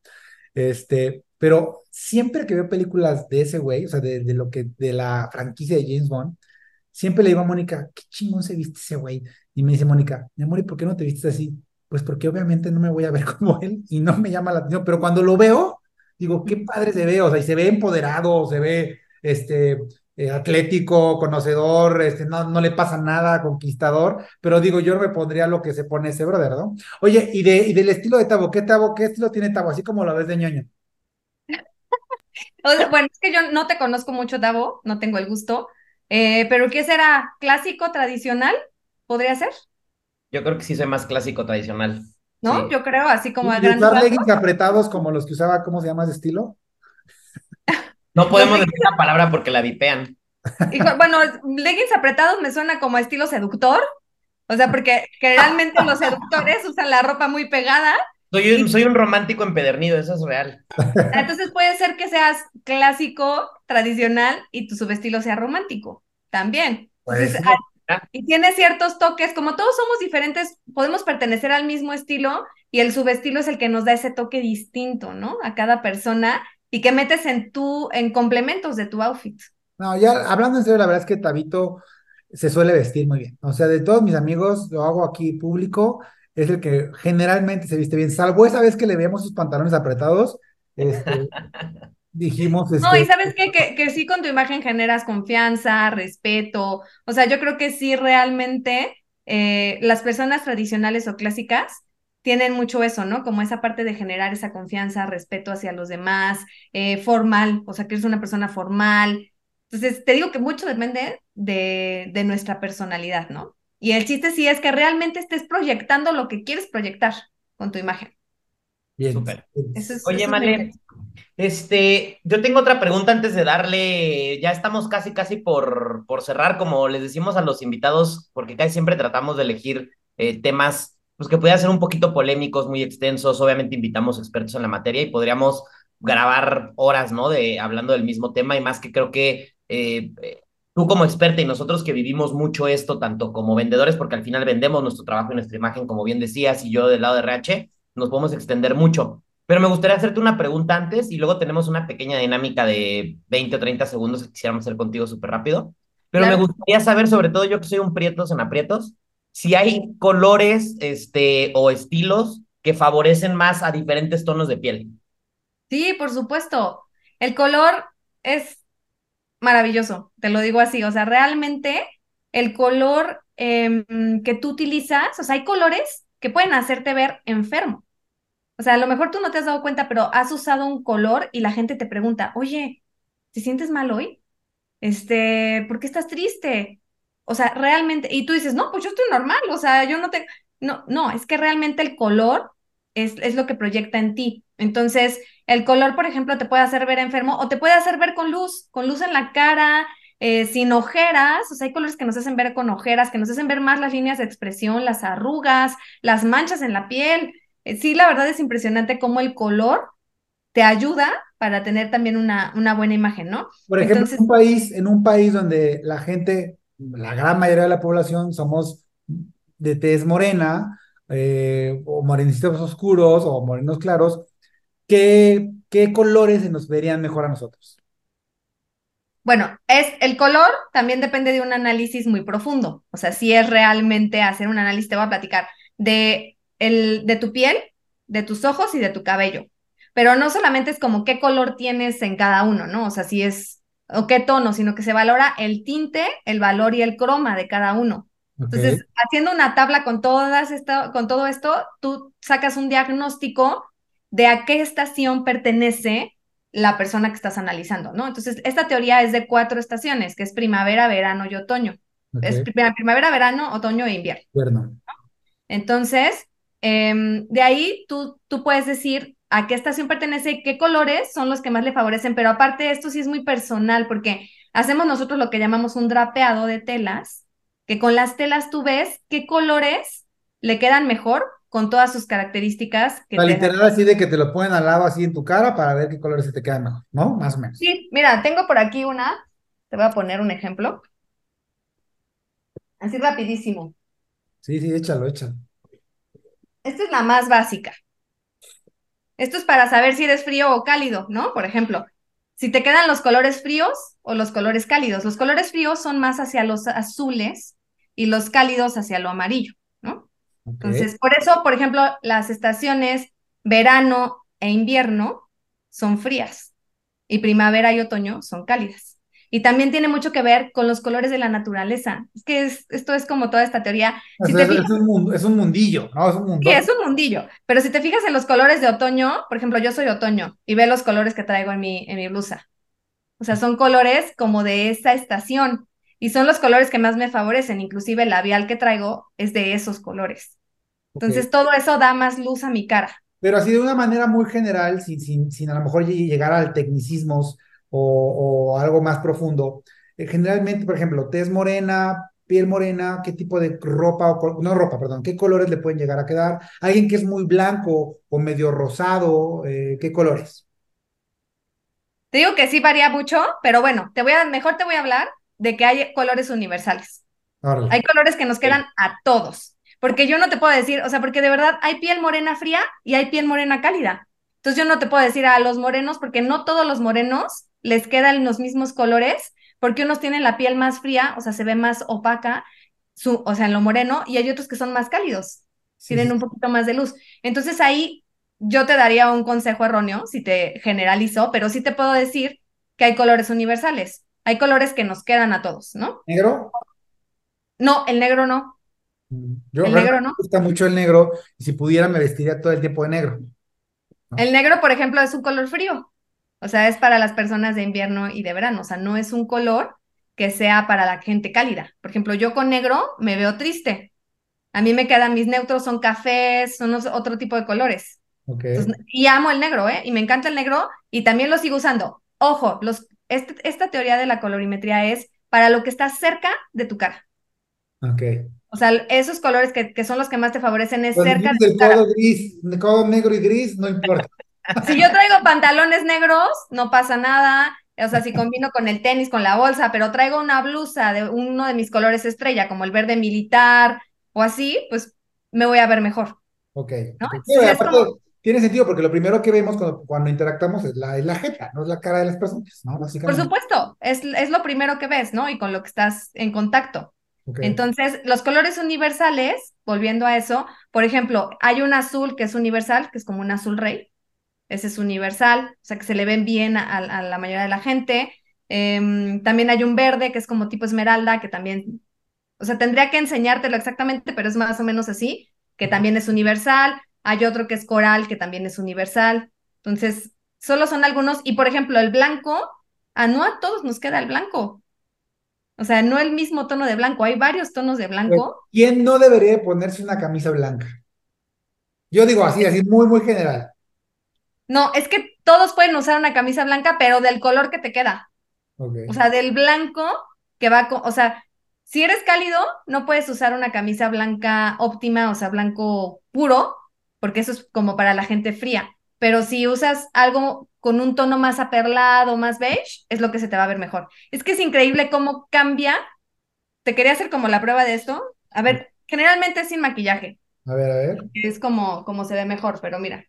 Pero siempre que veo películas de ese güey, o sea, de lo que, de la franquicia de James Bond, siempre le digo a Mónica, qué chingón se viste ese güey. Y me dice Mónica, mi amor, ¿y por qué no te vistes así? Pues porque obviamente no me voy a ver como él y no me llama la atención, pero cuando lo veo, digo, qué padre se ve, o sea, y se ve empoderado, se ve, atlético, conocedor, no le pasa nada, conquistador, pero digo, yo no me pondría lo que se pone ese brother, ¿no? Oye, y del estilo de Tabo, qué estilo tiene Tabo? Así como lo ves de ñoño. Bueno, es que yo no te conozco mucho, Davo, no tengo el gusto, pero ¿qué será? ¿Clásico, tradicional? ¿Podría ser? Yo creo que sí soy más clásico tradicional. ¿No? Sí. Yo creo, así como a Y grandes usar rasgos. leggings apretados como los que usaba, ¿cómo se llama ese estilo? No Los podemos decir la palabra porque la vipean. bueno, leggings apretados me suena como a estilo seductor, o sea, porque generalmente los seductores usan la ropa muy pegada y Soy un romántico empedernido, eso es real. entonces puede ser que seas clásico, tradicional y tu subestilo sea romántico también. Pues Entonces, sí. Ah, y tiene ciertos toques, como todos somos diferentes, podemos pertenecer al mismo estilo y el subestilo es el que nos da ese toque distinto, ¿no? A cada persona y que metes en complementos de tu outfit. No, ya hablando en serio, la verdad es que Tabito se suele vestir muy bien. O sea, de todos mis amigos, lo hago aquí público, es el que generalmente se viste bien, salvo esa vez que le veíamos sus pantalones apretados, dijimos, No, y sabes qué, que sí con tu imagen generas confianza, respeto. O sea, yo creo que sí realmente las personas tradicionales o clásicas tienen mucho eso, ¿no? Como esa parte de generar esa confianza, respeto hacia los demás, formal, o sea, que eres una persona formal. Entonces, te digo que mucho depende de nuestra personalidad, ¿no? Y el chiste sí es que realmente estés proyectando lo que quieres proyectar con tu imagen. bien. súper. Oye, Eso es lo Male, interesante. yo tengo otra pregunta antes de darle, ya estamos casi, casi por cerrar, como les decimos a los invitados, porque casi siempre tratamos de elegir temas, pues que pudieran ser un poquito polémicos, muy extensos, obviamente invitamos expertos en la materia y podríamos grabar horas, ¿no? Hablando del mismo tema y más que creo que tú como experta y nosotros que vivimos mucho esto, tanto como vendedores, porque al final vendemos nuestro trabajo y nuestra imagen, como bien decías, y yo del lado de RH, nos podemos extender mucho. Pero me gustaría hacerte una pregunta antes y luego tenemos una pequeña dinámica de 20 o 30 segundos que quisiéramos hacer contigo súper rápido. Pero me Claro. gustaría saber, sobre todo yo que soy un prietos en aprietos, si hay colores, o estilos que favorecen más a diferentes tonos de piel. Sí, por supuesto. El color es maravilloso, te lo digo así. O sea, realmente el color que tú utilizas, o sea, hay colores que pueden hacerte ver enfermo. O sea, a lo mejor tú no te has dado cuenta, pero has usado un color y la gente te pregunta, oye, ¿te sientes mal hoy? ¿Por qué estás triste? O sea, realmente, y tú dices, no, pues yo estoy normal, o sea, yo no te, no, no, es que realmente el color es lo que proyecta en ti. Entonces, el color, por ejemplo, te puede hacer ver enfermo o te puede hacer ver con luz en la cara, sin ojeras. O sea, hay colores que nos hacen ver con ojeras, que nos hacen ver más las líneas de expresión, las arrugas, las manchas en la piel. Sí, la verdad es impresionante cómo el color te ayuda para tener también una buena imagen, ¿no? Por ejemplo, Entonces, en un país donde la gente, la gran mayoría de la población somos de tez morena, o morenistas oscuros o morenos claros, ¿qué colores se nos verían mejor a nosotros? bueno, el color también depende de un análisis muy profundo. O sea, si es realmente hacer un análisis, te voy a platicar de tu piel, de tus ojos y de tu cabello. Pero no solamente es como qué color tienes en cada uno, ¿no? O sea, si es, o qué tono, sino que se valora el tinte, el valor y el croma de cada uno. Ok, Entonces, haciendo una tabla con todo esto, tú sacas un diagnóstico de a qué estación pertenece la persona que estás analizando, ¿no? Entonces, esta teoría es de 4 estaciones, que es primavera, verano y otoño. Es ok, primavera, verano, otoño e invierno. bueno, Entonces, de ahí tú puedes decir a qué estación pertenece y qué colores son los que más le favorecen, pero aparte esto sí es muy personal porque hacemos nosotros lo que llamamos un drapeado de telas, que con las telas tú ves qué colores le quedan mejor con todas sus características que la te literal así de que te lo ponen al lado así en tu cara para ver qué colores se te quedan mejor, ¿no? Más o menos. Sí, mira, tengo por aquí una, te voy a poner un ejemplo, así rapidísimo. Sí, sí, échalo, échalo. Esta es la más básica. Esto es para saber si eres frío o cálido, ¿no? Por ejemplo, si te quedan los colores fríos o los colores cálidos. Los colores fríos son más hacia los azules y los cálidos hacia lo amarillo, ¿no? Ok, Entonces, por eso, por ejemplo, las estaciones verano e invierno son frías y primavera y otoño son cálidas. Y también tiene mucho que ver con los colores de la naturaleza. Es que esto es como toda esta teoría. Si te fijas, es un mundillo, ¿no? Es un sí, mundo. es un mundillo, pero si te fijas en los colores de otoño, por ejemplo, yo soy otoño y ve los colores que traigo en mi blusa. O sea, son colores como de esta estación y son los colores que más me favorecen. Inclusive el labial que traigo es de esos colores. Ok. Entonces, todo eso da más luz a mi cara. Pero así de una manera muy general, sin a lo mejor llegar al tecnicismos o algo más profundo. Generalmente, por ejemplo, tez morena, piel morena, ¿qué tipo de ropa no ropa, perdón, qué colores le pueden llegar a quedar? Alguien que es muy blanco o medio rosado, ¿qué colores? Te digo que sí varía mucho, pero bueno, mejor te voy a hablar de que hay colores universales. Órale. Hay colores que nos Ok. quedan a todos, porque yo no te puedo decir, o sea, porque de verdad hay piel morena fría y hay piel morena cálida. Entonces yo no te puedo decir a los morenos, porque no todos los morenos les quedan los mismos colores, porque unos tienen la piel más fría, o sea, se ve más opaca, o sea, en lo moreno, y hay otros que son más cálidos, Sí, tienen sí. un poquito más de luz. Entonces ahí yo te daría un consejo erróneo si te generalizo, pero sí te puedo decir que hay colores universales, hay colores que nos quedan a todos, ¿no? ¿Negro? No, el negro no. Yo El realmente negro me no. gusta mucho el negro y si pudiera me vestiría todo el tiempo de negro, ¿no? El negro, por ejemplo, es un color frío. O sea, es para las personas de invierno y de verano. O sea, no es un color que sea para la gente cálida. Por ejemplo, yo con negro me veo triste. A mí me quedan mis neutros, son cafés, son otro tipo de colores. Ok. Entonces, y amo el negro, ¿eh? Y me encanta el negro y también lo sigo usando. Ojo, esta teoría de la colorimetría es para lo que está cerca de tu cara. Ok. O sea, esos colores que son los que más te favorecen es Cuando cerca de tienes tu el cara. codo gris, el codo negro y gris, no importa. Si yo traigo pantalones negros, no pasa nada. O sea, si combino con el tenis, con la bolsa, pero traigo una blusa de uno de mis colores estrella, como el verde militar o así, pues me voy a ver mejor, Ok, ¿no? ok. Sí, Entonces es aparte, como, tiene sentido porque lo primero que vemos cuando interactuamos es la jeta, no es la cara de las personas, ¿no? por Básicamente. supuesto, es lo primero que ves, ¿no? Y con lo que estás en contacto. Ok, Entonces, los colores universales, volviendo a eso, por ejemplo, hay un azul que es universal, que es como un azul rey. Ese es universal, o sea que se le ven bien a la mayoría de la gente. También hay un verde que es como tipo esmeralda, que también, o sea, tendría que enseñártelo exactamente, pero es más o menos así, que ok. también es universal. Hay otro que es coral, que también es universal. Entonces, solo son algunos. Y por ejemplo, el blanco, no a todos nos queda el blanco. O sea, no el mismo tono de blanco, hay varios tonos de Pues, blanco. ¿quién no debería ponerse una camisa blanca? Yo digo así, así, muy, muy general. No, es que todos pueden usar una camisa blanca, pero del color que te queda. O Ok. sea, del blanco que va con, o sea, si eres cálido, no puedes usar una camisa blanca óptima, o sea, blanco puro, porque eso es como para la gente fría. Pero si usas algo con un tono más aperlado, más beige, es lo que se te va a ver mejor. Es que es increíble cómo cambia. Te quería hacer como la prueba de esto. A ver, generalmente es sin maquillaje, A ver. es como se ve mejor, pero mira,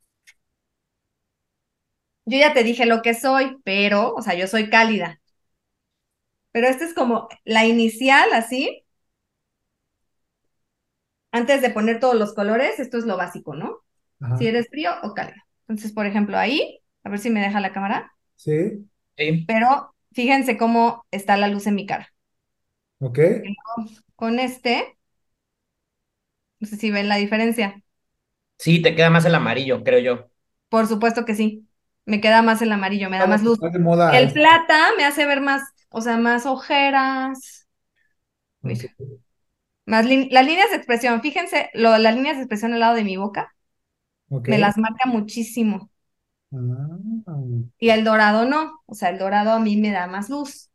yo ya te dije lo que soy, pero, o sea, yo soy cálida. Pero esta es como la inicial, así. Antes de poner todos los colores, esto es lo básico, ¿no? Si Ajá. eres frío o cálido. Entonces, por ejemplo, ahí, a ver si me deja la cámara, Sí. Sí, pero fíjense cómo está la luz en mi cara. Ok. Y luego, con este, no sé si ven la diferencia. sí, te queda más el amarillo, creo yo. Por supuesto que sí. Me queda más el amarillo, me da más luz. Está de moda El esto. plata me hace ver más, o sea, más ojeras. Ok. Mira, las líneas de expresión, fíjense, las líneas de expresión al lado de mi boca Ok. me las marca muchísimo. Ah, Y el dorado no, o sea, el dorado a mí me da más luz.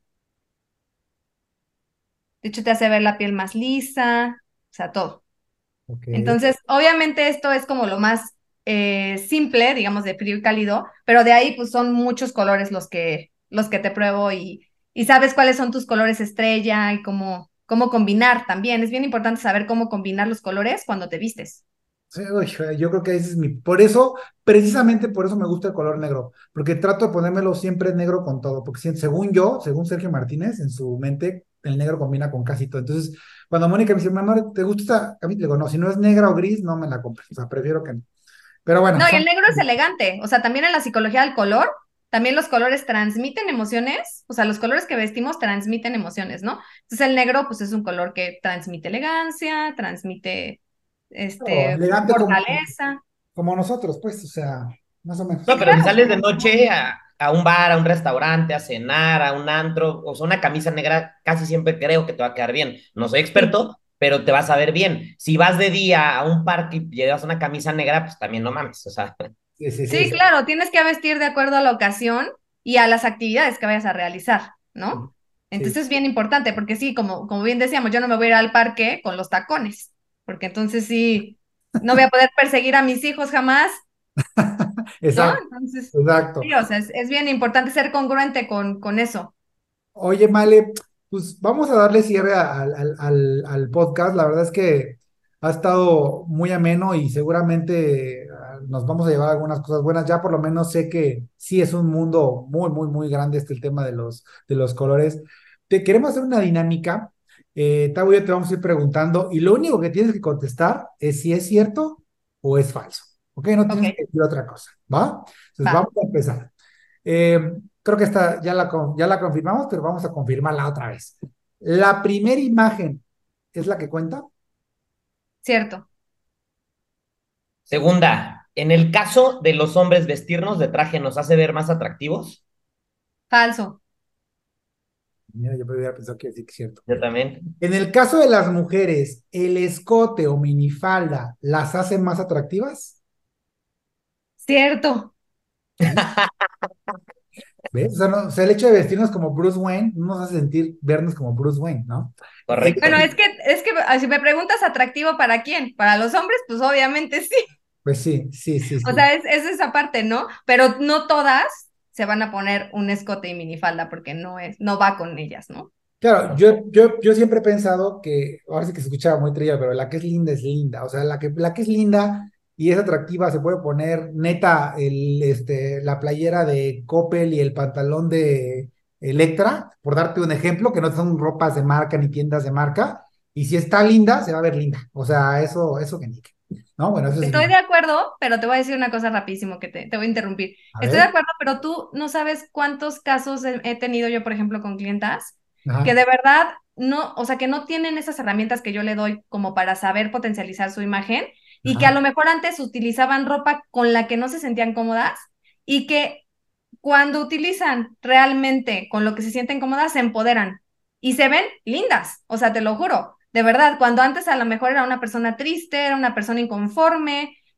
De hecho, te hace ver la piel más lisa, o sea, todo. ok. Entonces, obviamente esto es como lo más simple, digamos, de frío y cálido, pero de ahí pues son muchos colores los que te pruebo y sabes cuáles son tus colores estrella y cómo combinar también. Es bien importante saber cómo combinar los colores cuando te vistes. Sí, uy, yo creo que ese es mi. Por eso, precisamente por eso me gusta el color negro, porque trato de ponérmelo siempre negro con todo, porque según yo, según Sergio Martínez, en su mente, el negro combina con casi todo. Entonces, cuando Mónica me dice, mi amor, ¿te gusta esta camisa? Le digo, no, si no es negra o gris, no me la compres. O sea, prefiero que no. Pero bueno, No, y son. el negro es elegante, o sea, también en la psicología del color, también los colores transmiten emociones, o sea, los colores que vestimos transmiten emociones, ¿no? Entonces el negro, pues es un color que transmite elegancia, transmite, Elegante fortaleza. como nosotros, pues, o sea, más o Sí, No, menos. pero si claro, sales de como somos. noche a un bar, a un restaurante, a cenar, a un antro, o sea, una camisa negra casi siempre creo que te va a quedar bien. No soy Sí, experto, pero te vas a ver bien. Si vas de día a un parque y llevas una camisa negra, pues también no mames, o sea, Sí, sí, sí, sí, claro, tienes que vestir de acuerdo a la ocasión y a las actividades que vayas a realizar, ¿no? sí. Entonces es bien importante, porque sí, como bien decíamos, yo no me voy a ir al parque con los tacones, porque entonces sí, no voy a poder perseguir a mis hijos jamás, ¿no? Exacto, Entonces, exacto. sí, o sea, es bien importante ser congruente con eso. Oye, Male, pues vamos a darle cierre al podcast. La verdad es que ha estado muy ameno y seguramente nos vamos a llevar algunas cosas buenas. Ya por lo menos sé que sí es un mundo muy, muy, muy grande este el tema de los colores. Te queremos hacer una dinámica. Tavo y yo te vamos a ir preguntando y lo único que tienes que contestar es si es cierto o es falso. ¿Ok? No Ok, tienes que decir otra cosa. ¿Va? Entonces va, vamos a empezar. Eh, Creo que esta ya la confirmamos, pero vamos a confirmarla otra vez. La primera imagen es la que cuenta. cierto, segunda, en el caso de los hombres vestirnos de traje nos hace ver más atractivos. falso, Mira, yo hubiera pensado que sí que es cierto. Yo también. En el caso de las mujeres, ¿el escote o minifalda las hace más atractivas? cierto. ¿Ves? O sea, el hecho de vestirnos como Bruce Wayne no nos hace sentir vernos como Bruce Wayne, ¿no? Bueno, Correcto. es que si me preguntas atractivo para quién, para los hombres, pues obviamente sí. Pues sí, sí, sí, O sí. sea, es esa parte, ¿no? Pero no todas se van a poner un escote y minifalda porque no va con ellas, ¿no? Claro, yo siempre he pensado que, ahora sí que se escuchaba muy trillado, pero la que es linda es linda. O sea, la que es linda y es atractiva se puede poner neta la playera de Coppel y el pantalón de Electra, por darte un ejemplo, que no son ropas de marca ni tiendas de marca. Y si está linda, se va a ver linda. O sea, eso que ni qué. ¿No? Bueno, eso es Estoy mi. de acuerdo, pero te voy a decir una cosa rapidísimo que te voy a interrumpir. A Estoy de ver. acuerdo, pero tú no sabes cuántos casos he tenido yo, por ejemplo, con clientas que Ajá, de verdad no, o sea, que no tienen esas herramientas que yo le doy como para saber potencializar su imagen y que a ajá. lo mejor antes utilizaban ropa con la que no se sentían cómodas y que cuando utilizan realmente con lo que se sienten cómodas, se empoderan y se ven lindas, o sea, te lo juro, de verdad, cuando antes a lo mejor era una persona triste, era una persona inconforme,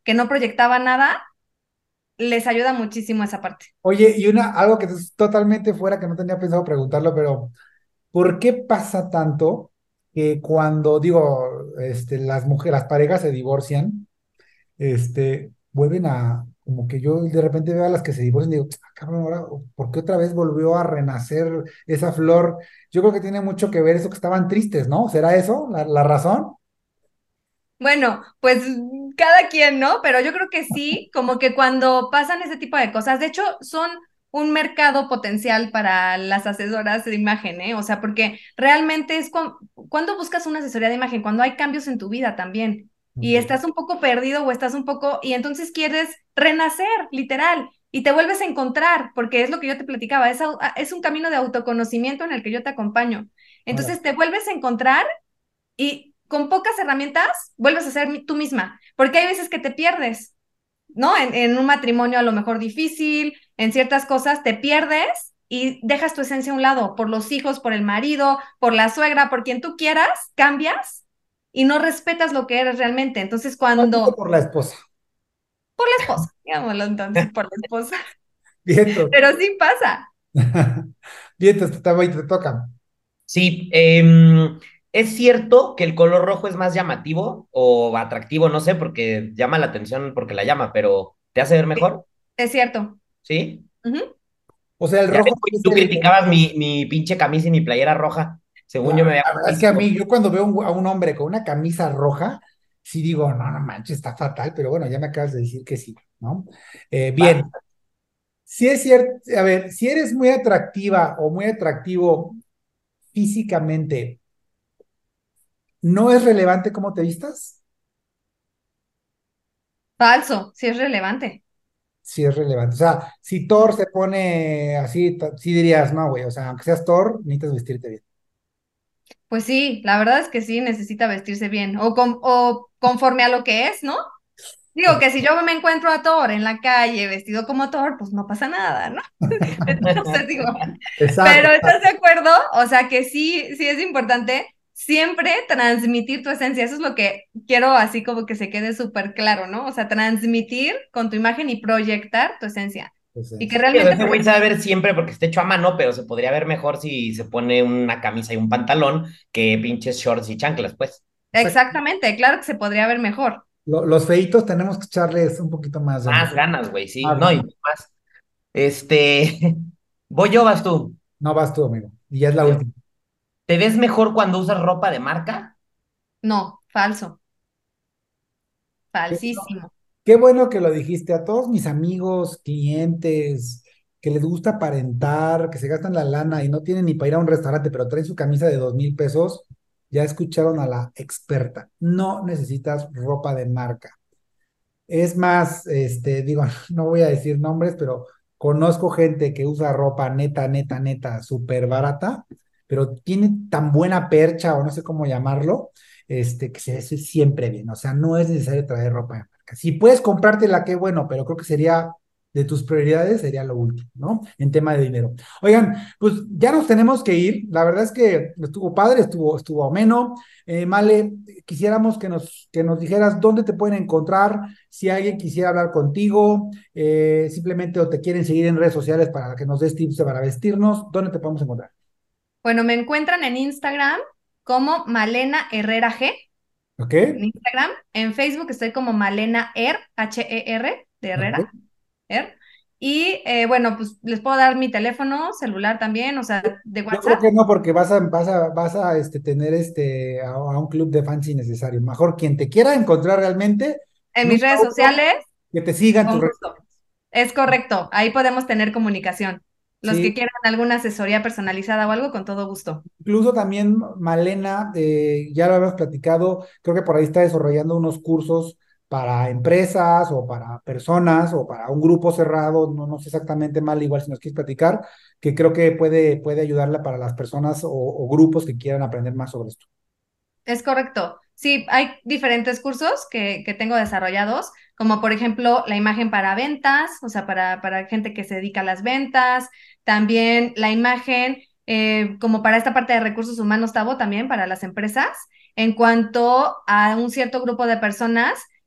que no proyectaba nada, les ayuda muchísimo esa parte. Oye, y algo que es totalmente fuera, que no tenía pensado preguntarlo, pero ¿por qué pasa tanto que cuando, digo, las mujeres, las parejas se divorcian, vuelven a, como que yo de repente veo a las que se divorcian y digo, "Ah, cabrón, ahora, ¿por qué otra vez volvió a renacer esa flor?" Yo creo que tiene mucho que ver eso que estaban tristes, ¿no? ¿Será eso la razón? Bueno, pues cada quien, ¿no? Pero yo creo que sí, como que cuando pasan ese tipo de cosas, de hecho, son un mercado potencial para las asesoras de imagen, ¿eh? O sea, porque realmente es cuando buscas una asesoría de imagen, cuando hay cambios en tu vida también y Ok. estás un poco perdido o estás un poco, y entonces quieres renacer, literal, y te vuelves a encontrar, porque es lo que yo te platicaba, es un camino de autoconocimiento en el que yo te acompaño. Ahora, Entonces te vuelves a encontrar y con pocas herramientas vuelves a ser tú misma, porque hay veces que te pierdes, ¿no? En un matrimonio a lo mejor difícil, en ciertas cosas te pierdes y dejas tu esencia a un lado, por los hijos, por el marido, por la suegra, por quien tú quieras, cambias y no respetas lo que eres realmente. Entonces, tantito cuando, por la esposa. por la esposa, digámoslo entonces, por la esposa, Vientos. pero sí pasa. Vientos, te toca. Sí, es cierto que el color rojo es más llamativo o atractivo, no sé, porque llama la atención porque la llama, pero ¿te hace ver Sí, mejor? es cierto. ¿Sí? Ujú. O sea, el Ya ves, rojo güey, es tú el. criticabas mi pinche camisa y mi playera roja. Según yo me veía La verdad es que a guapísimo. mí, yo cuando veo a un hombre con una camisa roja, sí digo, no, no manches, está fatal, pero bueno, ya me acabas de decir que sí, ¿no? ¿Va? Bien, si es cierto, a ver, si eres muy atractiva o muy atractivo físicamente, ¿no es relevante cómo te vistas? Falso, sí es relevante. Sí es relevante. O sea, si Thor se pone así, sí dirías, no, güey, o sea, aunque seas Thor, necesitas vestirte bien. Pues sí, la verdad es que sí necesita vestirse bien o conforme a lo que es, ¿no? Digo que si yo me encuentro a Thor en la calle vestido como Thor, pues no pasa nada, ¿no? Entonces digo, Exacto. pero ¿estás de acuerdo? O sea que sí, sí es importante siempre transmitir tu esencia. Eso es lo que quiero así como que se quede súper claro, ¿no? O sea, transmitir con tu imagen y proyectar tu esencia. Y que Esencia. Sí, o sea, realmente ese güey se va a ver siempre porque está hecho a mano, pero se podría ver mejor si se pone una camisa y un pantalón que pinches shorts y chanclas, pues. Exacto. exactamente, claro que se podría ver mejor. Los feitos tenemos que echarles un poquito más de amor. Más ganas, güey, sí. Más No, y ganas. más. Voy yo, vas tú. No vas tú, amigo. Y ya es la última. ¿Te ves mejor cuando usas ropa de marca? No, falso, Qué bueno, falsísimo. qué bueno que lo dijiste. A todos mis amigos, clientes, que les gusta aparentar, que se gastan la lana y no tienen ni para ir a un restaurante, pero traen su camisa de 2,000 pesos, ya escucharon a la experta. No necesitas ropa de marca. Es más, digo, no voy a decir nombres, pero conozco gente que usa ropa neta, neta, neta, súper barata, pero tiene tan buena percha o no sé cómo llamarlo, que se ve siempre bien. O sea, no es necesario traer ropa de marca. Si puedes comprártela, qué bueno, pero creo que sería de tus prioridades, sería lo último, ¿no? En tema de dinero. Oigan, pues ya nos tenemos que ir. La verdad es que estuvo padre, estuvo ameno. Male, quisiéramos que nos dijeras dónde te pueden encontrar, si alguien quisiera hablar contigo, simplemente o te quieren seguir en redes sociales para que nos des tips para vestirnos, ¿dónde te podemos encontrar? Bueno, me encuentran en Instagram como Malena Herrera G, ¿Ok? en Instagram. En Facebook estoy como Malena Her, de Ok. Herrera, Her. Y bueno, pues les puedo dar mi teléfono celular también, o sea, de Yo creo WhatsApp. que no, porque vas a tener a un club de fans innecesario. Mejor quien te quiera encontrar realmente, En mis número redes uno, sociales, que te sigan tus con redes. gusto. Es correcto, ahí podemos tener comunicación. Los que Sí, quieran alguna asesoría personalizada o algo, con todo gusto. incluso también Malena, ya lo habíamos platicado, creo que por ahí está desarrollando unos cursos para empresas o para personas o para un grupo cerrado, no, no sé exactamente mal, igual si nos quieres platicar, que creo que puede ayudarla para las personas o grupos que quieran aprender más sobre esto. Es correcto. Sí, hay diferentes cursos que tengo desarrollados, como por ejemplo la imagen para ventas, o sea, para gente que se dedica a las ventas, también la imagen como para esta parte de recursos humanos, Tavo, también para las empresas, en cuanto a un cierto grupo de personas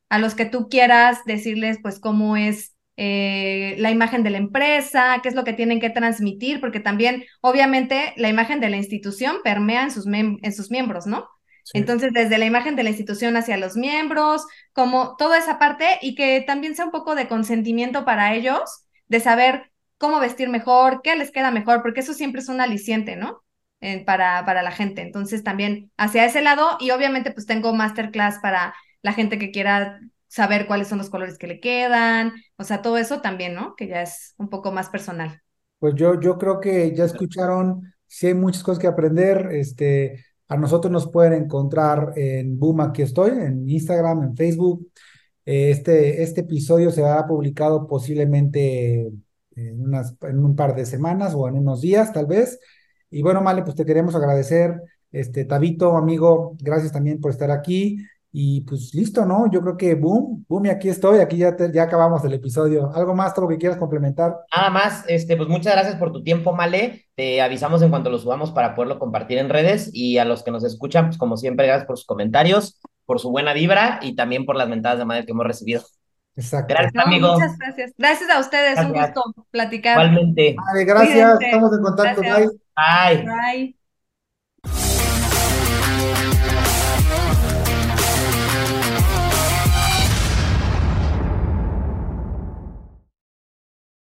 a los que tú quieras decirles pues cómo es la imagen de la empresa, qué es lo que tienen que transmitir, porque también obviamente la imagen de la institución permea en en sus miembros, ¿no? Sí. Entonces, desde la imagen de la institución hacia los miembros, como toda esa parte y que también sea un poco de consentimiento para ellos, de saber cómo vestir mejor, qué les queda mejor, porque eso siempre es un aliciente, ¿no? Para la gente. Entonces, también hacia ese lado y obviamente pues tengo masterclass para la gente que quiera saber cuáles son los colores que le quedan, o sea, todo eso también, ¿no? Que ya es un poco más personal. Pues yo creo que ya escucharon, sí hay muchas cosas que aprender. A nosotros nos pueden encontrar en Boom, aquí estoy, en Instagram, en Facebook. Este episodio se ha publicado posiblemente en un par de semanas o en unos días, tal vez. Y bueno, Male, pues te queremos agradecer, Tabito, amigo, gracias también por estar aquí. Y pues listo, ¿no? Yo creo que boom, y aquí estoy, aquí ya acabamos el episodio. ¿Algo más, todo lo que quieras complementar? Nada más, pues muchas gracias por tu tiempo, Male. Te avisamos en cuanto lo subamos para poderlo compartir en redes. Y a los que nos escuchan, pues como siempre, gracias por sus comentarios, por su buena vibra y también por las mentadas de madre que hemos recibido. Exacto. Gracias, No, muchas amigo. gracias. Gracias a ustedes, un Gracias. gusto platicar. Igualmente. Vale, gracias, Cuídense. estamos en contacto, Gracias. bye. Bye. Bye.